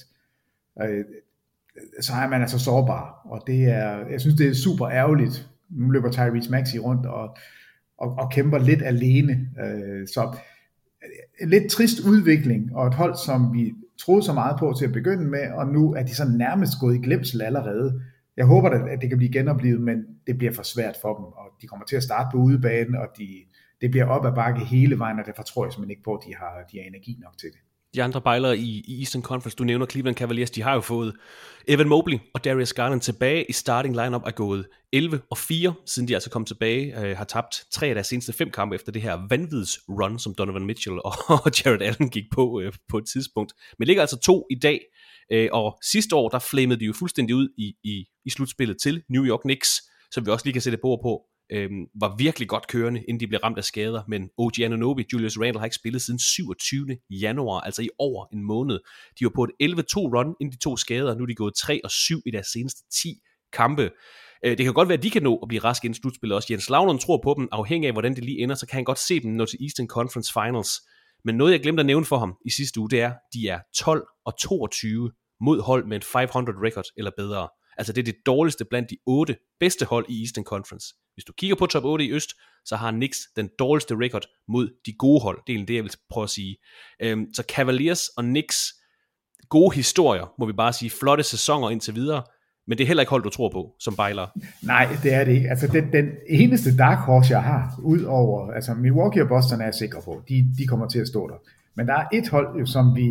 så er man altså sårbar, og det er, jeg synes det er super ærgerligt. Nu løber Tyrese Maxey rundt og, og, og kæmper lidt alene, så en lidt trist udvikling, og et hold som vi troede så meget på til at begynde med, og nu er de så nærmest gået i glemsel allerede. Jeg håber at det kan blive genoplevet, men det bliver for svært for dem, og de kommer til at starte på udebane, og de, det bliver op ad bakke hele vejen, og derfor tror jeg simpelthen ikke på, at de har, de har energi nok til det. De andre bejlere i, i Eastern Conference, du nævner Cleveland Cavaliers, de har jo fået Evan Mobley og Darius Garland tilbage i starting lineup, er gået elleve og fire, siden de altså kom tilbage, øh, har tabt tre af deres seneste fem kampe efter det her vanvids run, som Donovan Mitchell og, og Jared Allen gik på øh, på et tidspunkt. Men ligger altså to i dag, øh, og sidste år, der flamede de jo fuldstændig ud i, i, i slutspillet til New York Knicks, som vi også lige kan sætte bord på. Øhm, var virkelig godt kørende, inden de blev ramt af skader, men O G Anunoby, Julius Randle har ikke spillet siden syvogtyvende januar, altså i over en måned. De var på et elleve to run, inden de to skader, nu er de gået tre og syv i deres seneste ti kampe. Øh, det kan godt være, at de kan nå at blive raske inden slutspillet også. Jens Lavlund tror på dem, afhængig af hvordan det lige ender, så kan han godt se dem nå til Eastern Conference Finals. Men noget jeg glemte at nævne for ham i sidste uge, det er, de er tolv og toogtyve mod hold med en fem hundrede record eller bedre. Altså det er det dårligste blandt de otte bedste hold i Eastern Conference. Hvis du kigger på top otte i øst, så har Knicks den dårligste record mod de gode hold. Det er det, jeg vil prøve at sige. Øhm, så Cavaliers og Knicks, gode historier, må vi bare sige, flotte sæsoner indtil videre, men det er heller ikke hold, du tror på, som bejler. Nej, det er det ikke. Altså den, den eneste dark horse, jeg har, ud over, altså Milwaukee og Boston er jeg sikker på, de, de kommer til at stå der. Men der er et hold, jo, som vi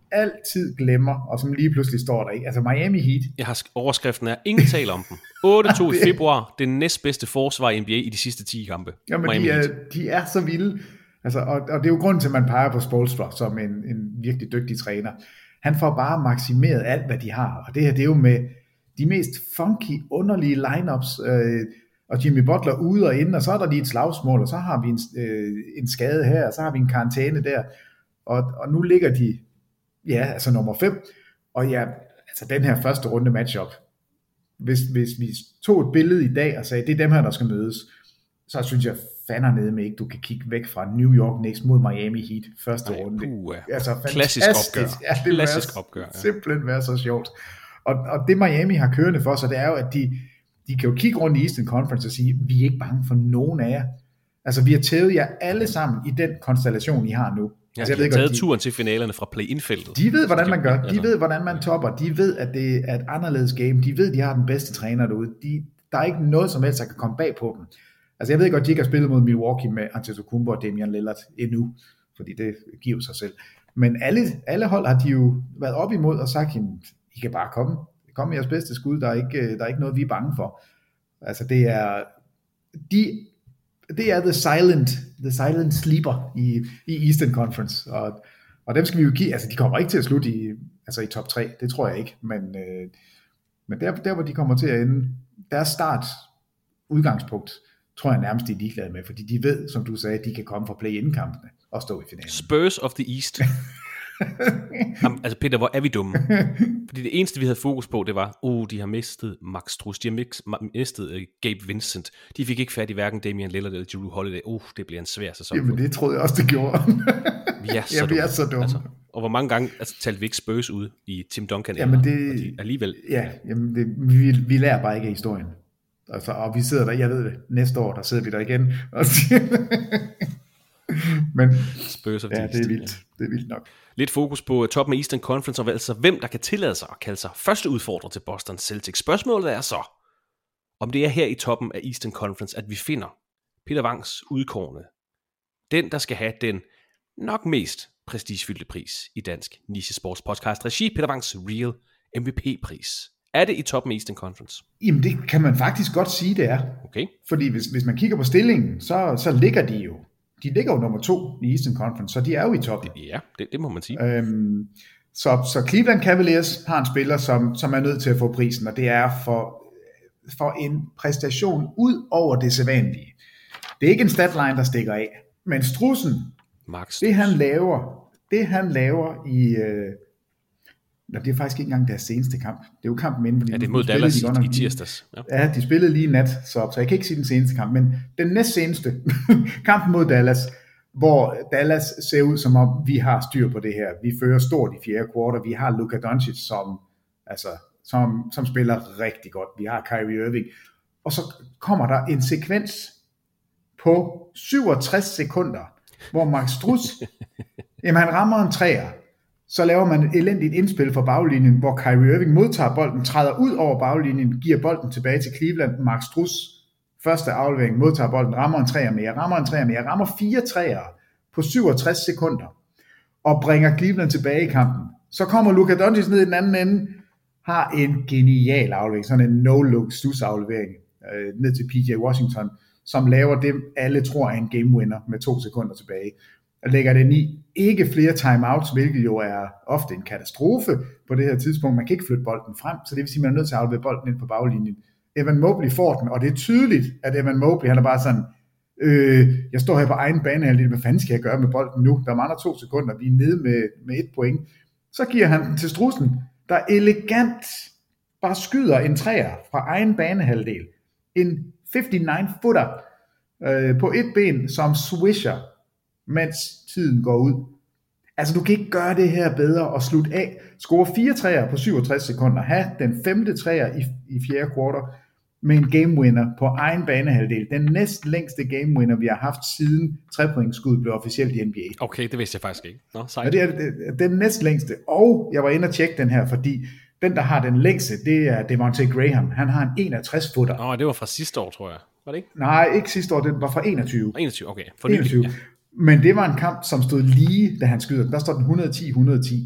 altid glemmer, og som lige pludselig står der, ikke? Altså Miami Heat. Jeg har overskriften er, ingen taler om dem. otte to i februar, det næstbedste forsvar i N B A i de sidste ti kampe. Jamen, de er, de er så vilde. Altså, og, og det er jo grunden til, at man peger på Spoelstra som en, en virkelig dygtig træner. Han får bare maksimeret alt, hvad de har. Og det her, det er jo med de mest funky, underlige lineups, øh, og Jimmy Butler ude og inde, og så er der lige et slagsmål, og så har vi en, øh, en skade her, og så har vi en karantæne der. Og, og nu ligger de, ja, altså nummer fem. Og ja, altså den her første runde matchup, hvis, hvis vi tog et billede i dag og sagde, det er dem her, der skal mødes, så synes jeg fandme nede med ikke, du kan kigge væk fra New York Knicks mod Miami Heat første Ej, runde. Uh, altså, klassisk opgør. Ja, det klassisk opgør. Ja. Simpelthen være så sjovt. Og, og det Miami har kørende for sig, det er jo, at de, de kan jo kigge rundt i Eastern Conference og sige, vi er ikke bange for nogen af jer. Altså, vi har tævet jer alle sammen i den konstellation, I har nu. Ja, altså, de har taget de, turen til finalerne fra play-in-feltet. De ved, hvordan man gør. De ved, hvordan man topper. De ved, at det er et anderledes game. De ved, de har den bedste træner derude. De, der er ikke noget som helst, der kan komme bag på dem. Altså, jeg ved godt, de ikke har spillet mod Milwaukee med Antetokounmpo og Damian Lillard endnu, fordi det giver sig selv. Men alle, alle hold har de jo været op imod og sagt, I kan bare komme. Kom med jeres bedste skud. Der er ikke, der er ikke noget, vi er bange for. Altså, det er... De, det er the silent, the silent sleeper i, i Eastern Conference, og, og dem skal vi jo give, altså de kommer ikke til at slutte i, altså i top tre, det tror jeg ikke, men, øh, men der, der hvor de kommer til at ende, deres start, udgangspunkt, tror jeg nærmest de er ligeglade med, fordi de ved, som du sagde, de kan komme fra play-in-kampene og stå i finalen. Spurs of the East. Jamen, altså Peter, hvor er vi dumme? Fordi det eneste vi havde fokus på, det var, oh, de har mistet Max Strus, de har mistet uh, Gabe Vincent, de fik ikke fat i hverken Damian Lillard eller Jrue Holiday. Uh, det bliver en svær sæson. Jamen det troede jeg også det gjorde. Vi er så ja, dumme. vi er så dumme. Altså, og hvor mange gange altså, talte vi ikke Spurs ud i Tim Duncan jamen det, og de, alligevel. Ja, jamen det, vi, vi lærer bare ikke af historien. Altså, og vi sidder der, jeg ved det, næste år der sidder vi der igen og men Spurs of ja, East, det er vildt. Ja. Det er vildt nok. Lidt fokus på toppen af Eastern Conference, og altså hvem der kan tillade sig at kalde sig første udfordrer til Boston Celtics. Spørgsmålet er så, om det er her i toppen af Eastern Conference, at vi finder Peter Wangs udkårne. Den, der skal have den nok mest prestigefyldte pris i dansk niche-sports podcast regi, Peter Wangs Real M V P-pris. Er det i toppen af Eastern Conference? Jamen det kan man faktisk godt sige, det er. Okay. Fordi hvis, hvis man kigger på stillingen, så, så ligger de jo De ligger jo nummer to i Eastern Conference, så de er jo i toppen. Ja, det, det må man sige. Øhm, så, så Cleveland Cavaliers har en spiller, som, som er nødt til at få prisen, og det er for, for en præstation ud over det sædvanlige. Det er ikke en statline, der stikker af, men Strussen, Max det han laver, det han laver i... Øh, det er faktisk ikke engang deres seneste kamp. Det er jo kampen inden. Ja, det er mod Dallas i, i tirsdags. Ja. ja, de spillede lige nat, så, så jeg kan ikke sige den seneste kamp, men den næst seneste kamp mod Dallas, hvor Dallas ser ud som om, vi har styr på det her. Vi fører stort i fjerde kvartal. Vi har Luka Doncic, som, altså, som, som spiller rigtig godt. Vi har Kyrie Irving. Og så kommer der en sekvens på syvogtres sekunder, hvor Max Strus, jamen han rammer en træer. Så laver man et elendigt indspil fra baglinjen, hvor Kyrie Irving modtager bolden, træder ud over baglinjen, giver bolden tilbage til Cleveland. Mark Strus, første aflevering, modtager bolden, rammer en træer mere, rammer en træer mere, rammer fire træer på syvogtres sekunder, og bringer Cleveland tilbage i kampen. Så kommer Luka Doncic ned i den anden ende, har en genial aflevering, sådan en no-look stus-aflevering, øh, ned til P J Washington, som laver det, alle tror er en game winner med to sekunder tilbage. Og lægger den i ikke flere timeouts, hvilket jo er ofte en katastrofe på det her tidspunkt. Man kan ikke flytte bolden frem, så det vil sige, at man er nødt til at aflevere bolden ind på baglinjen. Evan Mobley får den, og det er tydeligt, at Evan Mobley, han er bare sådan, øh, jeg står her på egen banehalvdel, hvad fanden skal jeg gøre med bolden nu? Der mangler to sekunder, vi er nede med, med et point. Så giver han den til Strussen, der elegant bare skyder en træer fra egen banehalvdel. En femoghalvfems footer øh, på et ben, som swisher, mens tiden går ud. Altså, du kan ikke gøre det her bedre og slutte af. Score fire træer på syvogtres sekunder. Ha' den femte træer i, i fjerde kvartal med en game winner på egen banehalvdel. Den næst længste game winner, vi har haft siden trepointskuddet blev officielt i N B A. Okay, det vidste jeg faktisk ikke. Nå, ja, det er det, den næst længste. Og jeg var inde og tjekke den her, fordi den, der har den længste, det er Devontae Graham. Han har en enogtres footer. Nå, det var fra sidste år, tror jeg. Var det ikke? Nej, ikke sidste år. Det var fra enogtyve. enogtyve, okay. For enogtyve. Ja. Men det var en kamp, som stod lige, da han skyder. Der står den et hundrede og ti et hundrede og ti.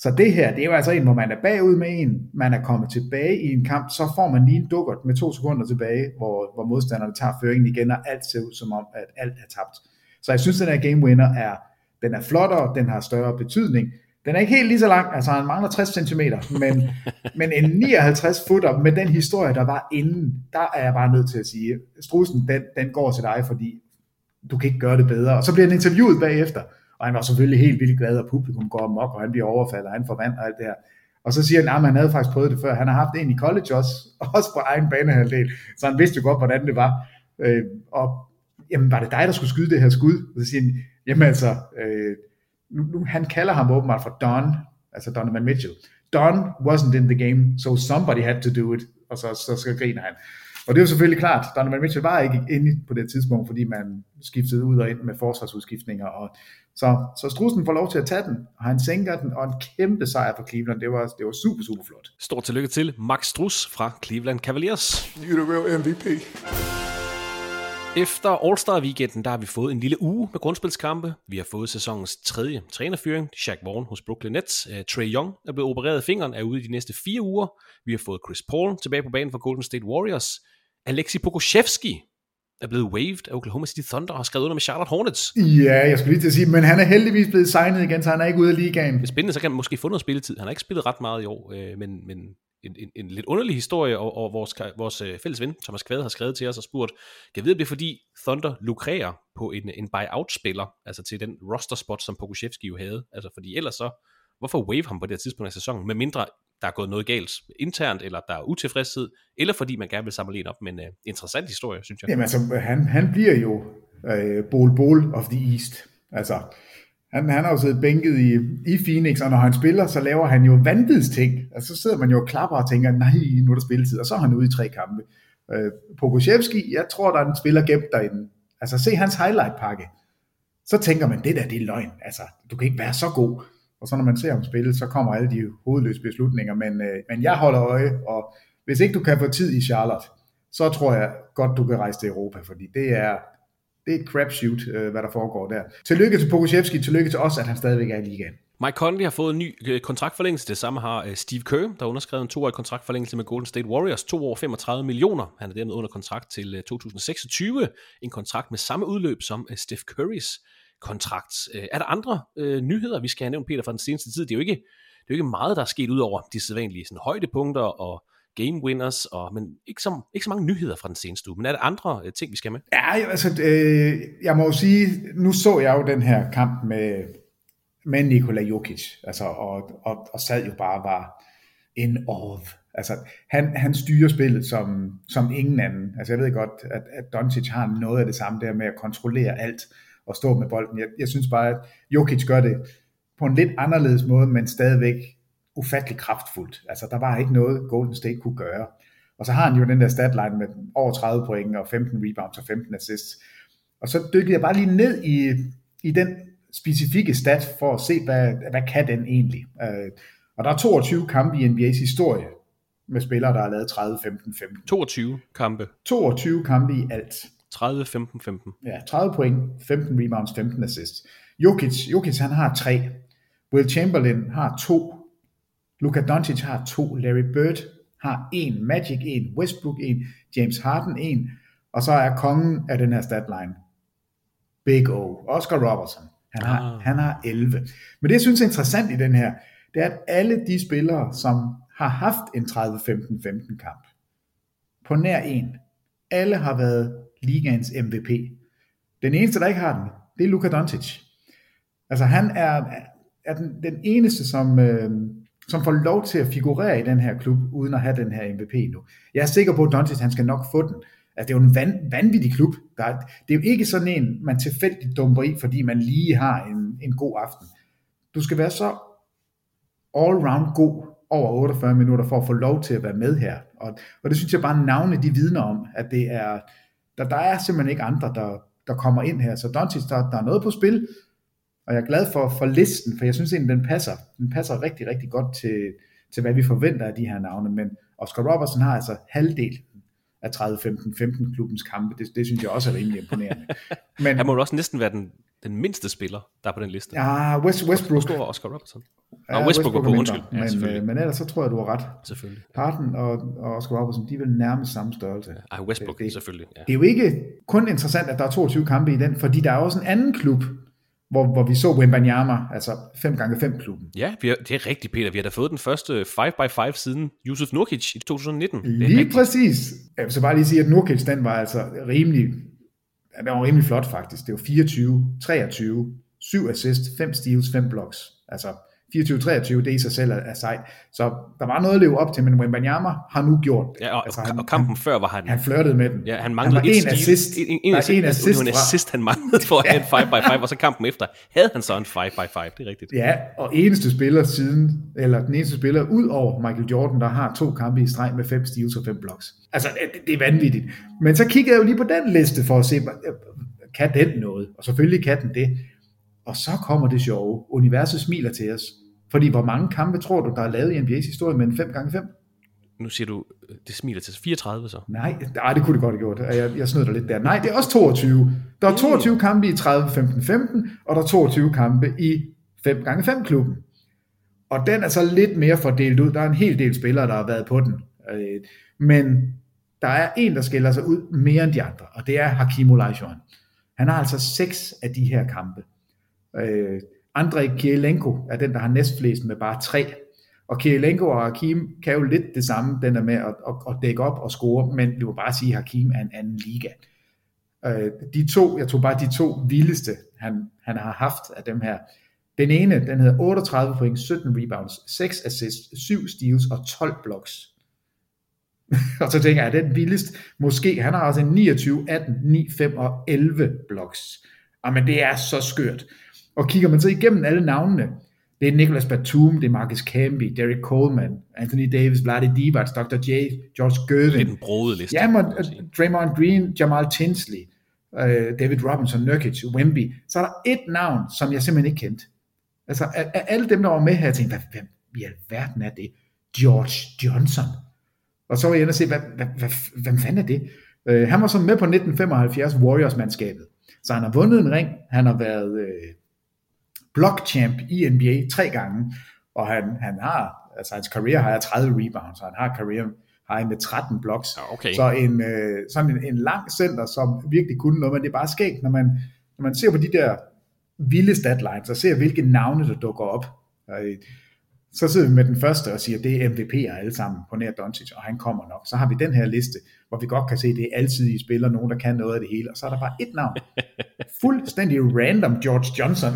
Så det her, det er jo altså en, hvor man er bagud med en, man er kommet tilbage i en kamp, så får man lige en dukkert med to sekunder tilbage, hvor, hvor modstanderne tager føringen igen, og alt ser ud som om, at alt er tabt. Så jeg synes, den her game winner er, den er flottere, den har større betydning. Den er ikke helt lige så lang, altså han mangler tres centimeter, men, men en nioghalvtreds footer med den historie, der var inden, der er jeg bare nødt til at sige, Strudsen, den, den går til dig, fordi du kan ikke gøre det bedre. Og så bliver han interviewet bagefter, og han var selvfølgelig helt vildt glad, og publikum går amok, og han bliver overfaldet, og han får vand og alt det her. Og så siger han, at han havde faktisk prøvet det før. Han har haft en i college også, også på egen banehalvdel, så han vidste jo godt, hvordan det var. Øh, og jamen, var det dig, der skulle skyde det her skud? Og så siger han, jamen altså, øh, nu, nu, han kalder ham åbenbart for Don, altså Donovan Mitchell. Don wasn't in the game, so somebody had to do it. Og så, så, så griner han. Og det er jo selvfølgelig klart, Donovan Mitchell var ikke inde på det tidspunkt, fordi man skiftede ud og ind med forsvarsudskiftninger. Og så, så Strudsen får lov til at tage den, og han sænker den, og en kæmpe sejr for Cleveland. Det var, det var super, super flot. Stort tillykke til Max Strus fra Cleveland Cavaliers. You're the real M V P. Efter All-Star-weekenden, der har vi fået en lille uge med grundspilskampe. Vi har fået sæsonens tredje trænerfyring, Shaq Vaughn hos Brooklyn Nets. Uh, Trae Young er blevet opereret af fingeren, er ude i de næste fire uger. Vi har fået Chris Paul tilbage på banen for Golden State Warriors. Alexi Pokusevski er blevet waived af Oklahoma City Thunder og har skrevet under med Charlotte Hornets. Ja, jeg skulle lige til at sige, men han er heldigvis blevet signet igen, så han er ikke ude af ligaen. Det er spændende, så kan han måske få noget spilletid. Han har ikke spillet ret meget i år, øh, men, men en, en, en lidt underlig historie, og, og vores, vores øh, fælles ven, Thomas Kvade, har skrevet til os og spurgt, kan jeg vide, det er fordi Thunder lukrerer på en, en buyout-spiller, altså til den roster-spot, som Pokusevski jo havde. Altså fordi ellers så, hvorfor waive ham på det her tidspunkt af sæsonen, med mindre der er gået noget galt internt, eller der er utilfredshed, eller fordi man gerne vil samle en op. Men uh, interessant historie, synes jeg. Jamen altså, han, han bliver jo uh, Bol Bol of the East. Altså, han, han har jo siddet bænket i, i Phoenix, og når han spiller, så laver han jo vanvids ting. Altså, så sidder man jo og klapper og tænker, nej, nu er der spilletid, og så er han ude i tre kampe. Uh, Pokusevski, jeg tror, der er en spiller gemt derinde. Altså, se hans highlight-pakke. Så tænker man, det der, det er løgn. Altså, du kan ikke være så god. Og så når man ser ham spille, så kommer alle de hovedløse beslutninger. Men, øh, men jeg holder øje, og hvis ikke du kan få tid i Charlotte, så tror jeg godt, du kan rejse til Europa, fordi det er, det er et crapshoot, øh, hvad der foregår der. Tillykke til Pokusevski, tillykke til os, at han stadigvæk er i ligaen. Mike Conley har fået en ny øh, kontraktforlængelse. Det samme har øh, Steve Kerr, der har underskrevet en toårig kontraktforlængelse med Golden State Warriors. To år femogtredive millioner. Han er dermed under kontrakt til øh, to tusind seksogtyve. En kontrakt med samme udløb som øh, Steph Currys kontrakt. Er der andre øh, nyheder, vi skal have nævnt, Peter, fra den seneste tid? Det er jo ikke, det er jo ikke meget, der er sket ud over de sædvanlige sådan, højdepunkter og game winners, og, men ikke så, ikke så mange nyheder fra den seneste uge. Men er der andre øh, ting, vi skal have med? Ja, altså, øh, jeg må jo sige, nu så jeg jo den her kamp med, med Nikola Jokic, altså, og, og, og sad jo bare var in awe. Altså, han, han styrer spillet som, som ingen anden. Altså, jeg ved godt, at, at Doncic har noget af det samme der med at kontrollere alt, og stå med bolden. Jeg, jeg synes bare, at Jokic gør det på en lidt anderledes måde, men stadigvæk ufattelig kraftfuldt. Altså, der var ikke noget, Golden State kunne gøre. Og så har han jo den der statline med over tredive point, og femten rebounds og femten assists. Og så dykkede jeg bare lige ned i, i den specifikke stat, for at se, hvad, hvad kan den egentlig. Uh, og der er toogtyve kampe i N B A's historie, med spillere, der har lavet tredive, femten, femten. toogtyve kampe. toogtyve kampe i alt. tredive, femten, femten. Ja, tredive point, femten rebounds, femten assists. Jokic, Jokic han har tre. Will Chamberlain har to. Luka Doncic har to. Larry Bird har en. Magic en. Westbrook en. James Harden en. Og så er kongen af den her statline Big O. Oscar Robertson. Han har, ah. han har elleve. Men det, jeg synes er interessant i den her, det er, at alle de spillere, som har haft en tredive, femten, femten kamp, på nær en, alle har været ligaens M V P. Den eneste, der ikke har den, det er Luka Doncic. Altså han er, er den, den eneste, som, øh, som får lov til at figurere i den her klub, uden at have den her M V P nu. Jeg er sikker på, at Doncic, han skal nok få den. Altså, det er jo en van, vanvittig klub. Der er, det er jo ikke sådan en, man tilfældigt dumper i, fordi man lige har en, en god aften. Du skal være så all-round god over otteogfyrre minutter for at få lov til at være med her. Og, og det synes jeg bare navne, de vidner om, at det er, der, der er simpelthen ikke andre, der, der kommer ind her. Så Doncic, der, der er noget på spil, og jeg er glad for, for listen, for jeg synes egentlig, den passer. Den passer rigtig, rigtig godt til, til, hvad vi forventer af de her navne. Men Oscar Robertson har altså halvdelen af tredive femten femten klubbens kampe. Det, det synes jeg også er rimelig imponerende. Men han må jo også næsten være den, den mindste spiller, der er på den liste. Ja, West, Westbrook. Hvor stor var Oscar Robertson? Ja, Nå, Westbrook var på, undskyld. Men, ja, men ellers så tror jeg, du har ret. Selvfølgelig. Harden og, og Oscar Robertson, de er vel nærmest samme størrelse. Ja, Westbrook, det, det, selvfølgelig. Ja. Det er jo ikke kun interessant, at der er toogtyve kampe i den, fordi der er også en anden klub, hvor, hvor vi så Wembanyama, altså fem gange fem klubben. Ja, vi har, det er rigtigt, Peter. Vi har da fået den første fem by fem siden Jusuf Nurkic i to tusind nitten. Lige rigtigt. Præcis. Jeg vil så bare lige sige, at Nurkic, den var altså rimelig, den var rimelig flot faktisk. Det var fireogtyve, treogtyve, syv assist, fem steals, fem blocks. Altså fireogtyve treogtyve, det i sig selv er, er sejt. Så der var noget at leve op til, men Wembanyama har nu gjort. Ja, og, altså, han, og kampen han, før var han... Han flirtede med den. Ja, han manglede han et en assist. En, en, en, assist, en assist, en assist han manglede for at have en fem by fem, og så kampen efter havde han så en fem by fem, det er rigtigt. Ja, og eneste spiller siden, eller den eneste spiller ud over Michael Jordan, der har to kampe i streg med fem steals og fem blocks. Altså, det, det er vanvittigt. Men så kiggede jeg jo lige på den liste for at se, kan den noget? Og selvfølgelig kan den det. Og så kommer det sjove. Universet smiler til os. Fordi hvor mange kampe tror du, der er lavet i N B A's historie med en fem gange fem? Nu siger du, det smiler til fireogtredive så. Nej, nej, det kunne det godt have gjort. Jeg, jeg snød dig lidt der. Nej, det er også toogtyve. Der er toogtyve kampe i tredive femten femten, og der er toogtyve kampe i fem gange fem klubben. Og den er så lidt mere fordelt ud. Der er en hel del spillere, der har været på den. Men der er en, der skiller sig ud mere end de andre, og det er Hakeem Olajuwon. Han har altså seks af de her kampe. Øh, Andrei Kirilenko er den, der har næstflest med bare tre. Og Kirilenko og Hakeem kan jo lidt det samme, den er med at, at, at dække op og score, men vi må bare sige, at Hakeem er en anden liga. Øh, de to, jeg tror bare de to vildeste, han, han har haft af dem her. Den ene, den hedder otteogtredive point, sytten rebounds, seks assists, syv steals og tolv blocks. Og så tænker jeg, er den vildest? Måske, han har også en niogtyve, atten, ni, fem og elleve blocks. Jamen det er så skørt. Og kigger man så igennem alle navnene, det er Nicholas Batum, det er Marcus Camby, Derek Coleman, Anthony Davis, Vlade Divac, doktor J, George Gervin. Det er den brode liste. Ja, man, Draymond Green, Jamal Tinsley, uh, David Robinson, Nurkic, Wemby. Så er der et navn, som jeg simpelthen ikke kendte. Altså af, af alle dem, der var med her, jeg tænkte, hvem i alverden er det? George Johnson. Og så var jeg inde og se, hvad, hvad, hvad, hvem fanden er det? Uh, han var så med på nitten femoghalvfjerds Warriors-mandskabet. Så han har vundet en ring, han har været uh, block champ i N B A tre gange, og han, han har, altså hans career har tredive rebounds, så han har career high med tretten blocks. Okay. Så en, uh, sådan en, en lang center, som virkelig kunne noget, men det er bare skægt, når man, når man ser på de der vilde statlines, og ser hvilke navne, der dukker op. Uh, Så sidder vi med den første og siger, at det er M V P'er alle sammen på nær Doncic, og han kommer nok. Så har vi den her liste, hvor vi godt kan se, at det er altid i spiller, nogen der kan noget af det hele, og så er der bare et navn. Fuldstændig random George Johnson.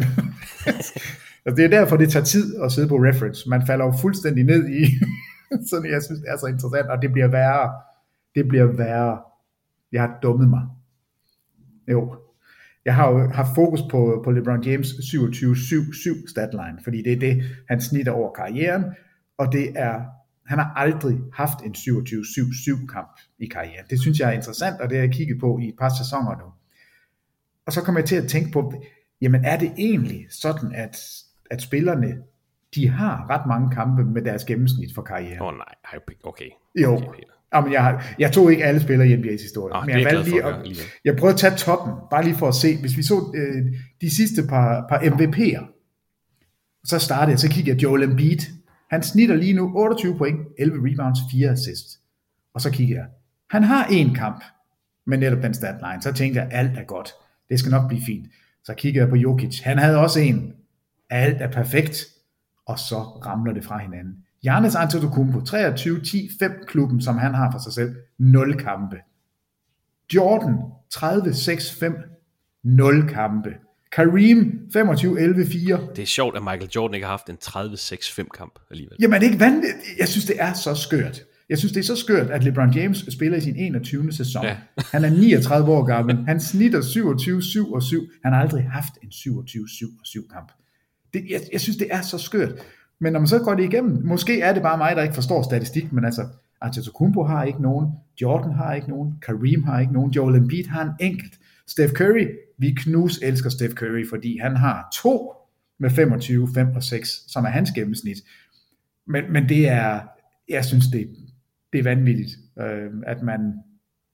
Og det er derfor, det tager tid at sidde på reference. Man falder jo fuldstændig ned i, så jeg synes, det er så interessant, og det bliver værre. Det bliver værre. Jeg har dummet mig. Jo. Jeg har jo haft fokus på, på LeBron James syvogtyve syv syv statline, fordi det er det, han snitter over karrieren, og det er, han har aldrig haft en syvogtyve syv syv kamp i karrieren. Det synes jeg er interessant, og det har jeg kigget på i et par sæsoner nu. Og så kommer jeg til at tænke på, jamen er det egentlig sådan, at, at spillerne, de har ret mange kampe med deres gennemsnit for karrieren? Åh oh, nej, okay. Jo. Okay, Jamen, jeg, har, jeg tog ikke alle spillere i N B A's historie, oh, men jeg valgte lige at, jeg prøvede at tage toppen, bare lige for at se, hvis vi så øh, de sidste par, par M V P'er, så startede jeg, så kiggede jeg Joel Embiid, han snitter lige nu otteogtyve point, elleve rebounds, fire assists, og så kigger jeg, han har en kamp med netop den statline, så tænkte jeg, alt er godt, det skal nok blive fint, så kigger jeg på Jokic, han havde også en, alt er perfekt, og så ramler det fra hinanden. Giannis Antetokounmpo, treogtyve ti fem klubben, som han har for sig selv, nul kampe. Jordan, tredive seks fem, nul kampe. Kareem, femogtyve elleve fire. Det er sjovt, at Michael Jordan ikke har haft en tredive seks fem kamp alligevel. Jamen ikke vanvittigt. Jeg synes, det er så skørt. Jeg synes, det er så skørt, at LeBron James spiller i sin enogtyvende sæson. Ja. Han er niogtredive år gammel. Han snitter syvogtyve syv og syv. Han har aldrig haft en syvogtyve syv og syv kamp. Det, jeg, jeg synes, det er så skørt. Men når man så går det igennem, måske er det bare mig, der ikke forstår statistik, men altså, Antetokounmpo har ikke nogen, Jordan har ikke nogen, Kareem har ikke nogen, Joel Embiid har en enkelt. Steph Curry, vi knus elsker Steph Curry, fordi han har to med femogtyve, fem og seks, som er hans gennemsnit. Men, men det er, jeg synes, det, det er vanvittigt, øh, at man,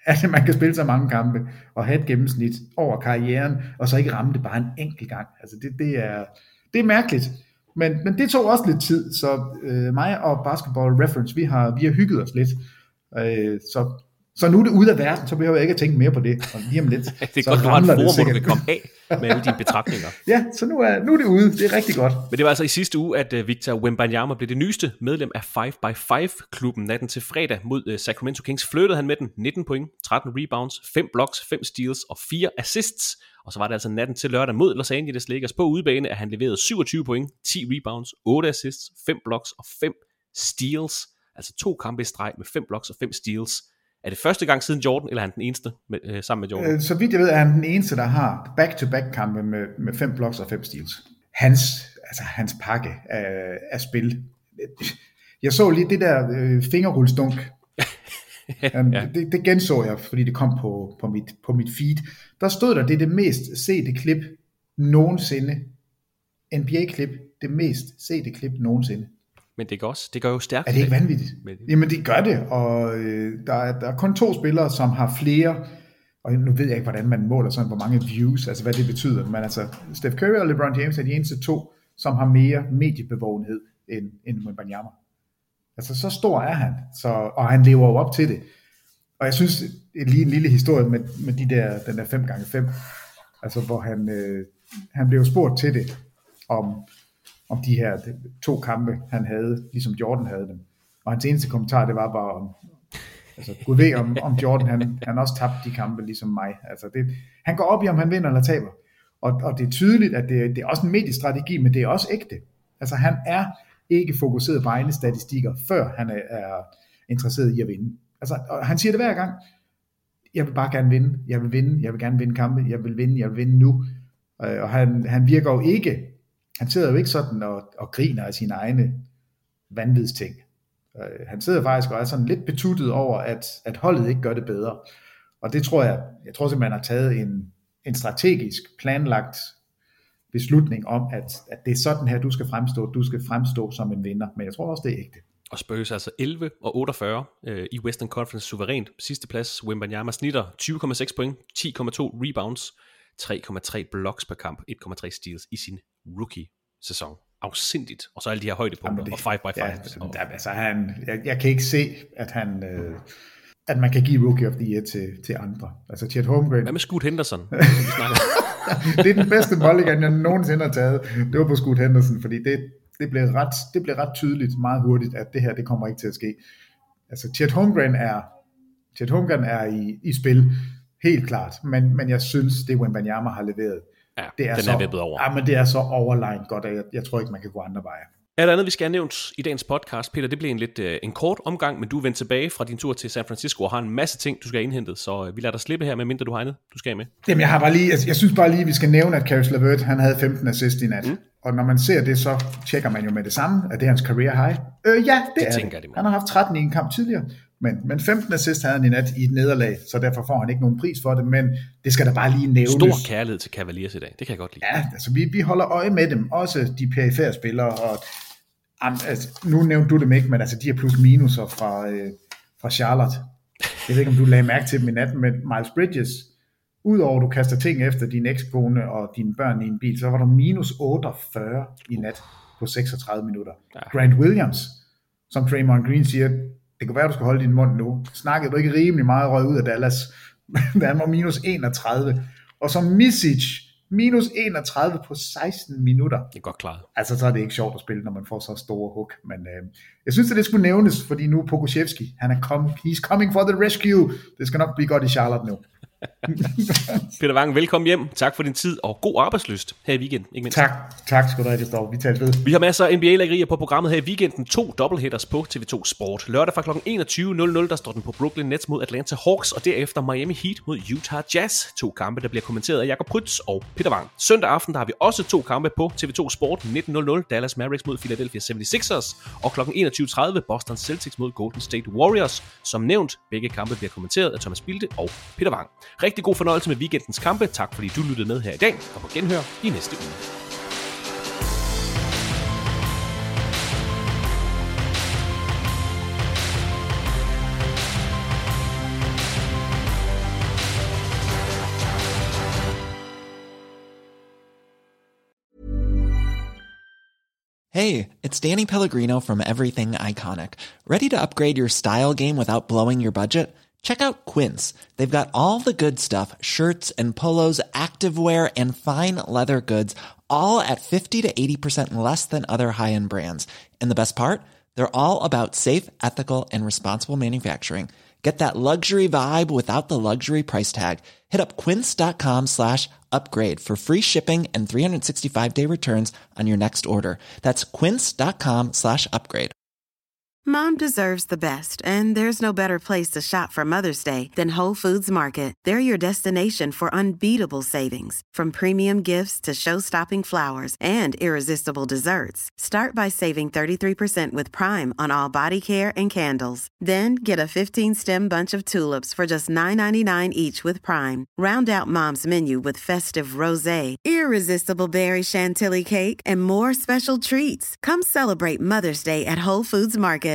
at man kan spille så mange kampe, og have et gennemsnit over karrieren, og så ikke ramme det bare en enkelt gang. Altså det, det, er, det er mærkeligt. Men, men det tog også lidt tid, så øh, mig og Basketball Reference, vi har, vi har hygget os lidt. Øh, så, så nu er det ude af verden, så behøver jeg ikke at tænke mere på det. Og lige om lidt, det er så godt, du har et forum, det hvor du kan komme af med alle dine betragtninger. Ja, så nu er, nu er det ude. Det er rigtig godt. Men det var altså i sidste uge, at uh, Victor Wembanyama blev det nyeste medlem af five by five-klubben natten til fredag mod uh, Sacramento Kings. Flyttede han med den nitten point, tretten rebounds, fem blocks, fem steals og fire assists. Og så var det altså natten til lørdag mod Los Angeles Lakers på udebane, at han leverede syvogtyve point, ti rebounds, otte assists, fem blocks og fem steals. Altså to kampe i streg med fem blocks og fem steals. Er det første gang siden Jordan, eller er han den eneste med, øh, sammen med Jordan? Så vidt jeg ved, er han den eneste, der har back-to-back kampe med, med fem blocks og fem steals. Hans, altså hans pakke af, af spil. Jeg så lige det der øh, fingerrullsdunk. ja. det, det genså jeg, fordi det kom på, på, mit, på mit feed. Der stod der, det er det mest sete klip nogensinde. N B A-klip, det mest sete klip nogensinde. Men det gør, også, det gør jo stærkt. Er det ikke vanvittigt? Men... Jamen det gør det, og øh, der, er, der er kun to spillere, som har flere, og nu ved jeg ikke, hvordan man måler sådan, hvor mange views, altså hvad det betyder, men altså Steph Curry og LeBron James er de eneste to, som har mere mediebevågenhed end, end Wembanyama. Altså så stor er han, så, og han lever jo op til det. Og jeg synes, det er lige en lille historie med, med de der, den der fem gange fem, altså hvor han, øh, han blev spurgt til det, om om de her to kampe, han havde, ligesom Jordan havde dem. Og hans eneste kommentar, det var bare om, altså Gud ved, om, om Jordan, han, han også tabte de kampe, ligesom mig. Altså det, han går op i, om han vinder eller taber. Og, og det er tydeligt, at det, det er også en mediestrategi, men det er også ægte. Altså han er ikke fokuseret på egne statistikker, før han er, er interesseret i at vinde. Altså, og han siger det hver gang, jeg vil bare gerne vinde, jeg vil vinde, jeg vil gerne vinde kampe, jeg vil vinde, jeg vil vinde nu. Og han, han virker jo ikke, han sidder jo ikke sådan og, og griner af sine egne vanvidsting. Uh, han sidder faktisk og er sådan lidt betuttet over, at, at holdet ikke gør det bedre. Og det tror jeg, jeg tror simpelthen, man har taget en, en strategisk planlagt beslutning om, at, at det er sådan her, du skal fremstå. Du skal fremstå som en vinder. Men jeg tror også, det er ægte. Og Spurs altså elleve og otteogfyrre øh, i Western Conference suverænt. Sidste plads, Wembanyama snitter tyve komma seks point, ti komma to rebounds, tre komma tre blocks per kamp, et komma tre steals i sin rookie-sæson. Afsindigt. Og så alle de her højdepunkter, det, og five by five. Ja, altså, der, altså han, jeg, jeg kan ikke se, at han... Øh, at man kan give Rookie of the Year til, til andre. Altså Chet Holmgren. Hvad med Scoot Henderson? Det er den bedste mulligan, jeg nogensinde har taget. Det var på Scoot Henderson, fordi det, det, blev ret, det blev ret tydeligt meget hurtigt, at det her, det kommer ikke til at ske. Altså Chet Holmgren er, Chet Holmgren er i, i spil, helt klart. Men, men jeg synes, det Wembanyama har leveret, ja, det er den så, er vippet over. Ja, men det er så overlegnet godt, at jeg, jeg tror ikke, man kan gå andre veje. Er der andet, vi skal have nævnt i dagens podcast? Peter, det blev en lidt uh, en kort omgang, men du er vendt tilbage fra din tur til San Francisco og har en masse ting, du skal have indhentet, så uh, vi lader dig slippe her, medmindre du har andet, du skal have med. Jamen, jeg har bare lige, altså, jeg synes bare lige, vi skal nævne, at Caris LeVert, han havde femten assist i nat. Mm. Og når man ser det, så tjekker man jo med det samme, at det er hans career high. Øh, ja, det, det er det. det han har haft tretten i en kamp tidligere, men, men femten assist havde han i nat i et nederlag, så derfor får han ikke nogen pris for det, men det skal der bare lige nævnes. Stor kærlighed til Cavaliers i dag, det kan jeg godt lide. Ja, altså vi, vi holder øje med dem, også de perifære spillere, og altså, nu nævnte du dem ikke, men altså de her plus minuser fra, øh, fra Charlotte. Jeg ved ikke, om du lagde mærke til dem i nat, med Miles Bridges. Udover at du kaster ting efter din ekskone og dine børn i en bil, så var der minus otteogfyrre i nat på seksogtredive minutter. Ja. Grant Williams, som Draymond Green siger, det kan være, du skal holde din mund nu. Snakkede du ikke rimelig meget røg ud af Dallas, da han var minus enogtredive. Og som Misic, minus enogtredive på seksten minutter. Det er godt klaret. Altså, så er det ikke sjovt at spille, når man får så store hook. Men øh, jeg synes, at det skulle nævnes, fordi nu Pokusevski, han er kom, he's coming for the rescue. Det skal nok blive godt i Charlotte nu. Peter Wang, velkommen hjem. Tak for din tid, og god arbejdslyst her i weekenden. Ikke mindst. Tak, tak skal du have, det står. Vi tager ved. Vi har masser af N B A-læggerier på programmet her i weekenden. To doubleheaders på T V to Sport. Lørdag fra klokken enogtyve nul nul, der står den på Brooklyn Nets mod Atlanta Hawks, og derefter Miami Heat mod Utah Jazz. To kampe, der bliver kommenteret af Jakob Prytz og Peter Wang. Søndag aften, der har vi også to kampe på T V to Sport. nitten nul nul, Dallas Mavericks mod Philadelphia seventy-sixers, og klokken enogtyve tredive, Boston Celtics mod Golden State Warriors. Som nævnt, begge kampe bliver kommenteret af Thomas Bilde og Peter Wang. Rigtig god fornøjelse med weekendens kampe. Tak fordi du lyttede med her i dag, og på genhør i næste uge. Hey, it's Danny Pellegrino from Everything Iconic. Ready to upgrade your style game without blowing your budget? Check out Quince. They've got all the good stuff, shirts and polos, activewear, and fine leather goods, all at fifty to eighty percent less than other high-end brands. And the best part? They're all about safe, ethical, and responsible manufacturing. Get that luxury vibe without the luxury price tag. Hit up quince.com slash upgrade for free shipping and three sixty-five day returns on your next order. That's quince.com slash upgrade. Mom deserves the best, and there's no better place to shop for Mother's Day than Whole Foods Market. They're your destination for unbeatable savings, from premium gifts to show-stopping flowers and irresistible desserts. Start by saving thirty-three percent with Prime on all body care and candles. Then get a fifteen-stem bunch of tulips for just nine ninety-nine each with Prime. Round out Mom's menu with festive rosé, irresistible berry chantilly cake, and more special treats. Come celebrate Mother's Day at Whole Foods Market.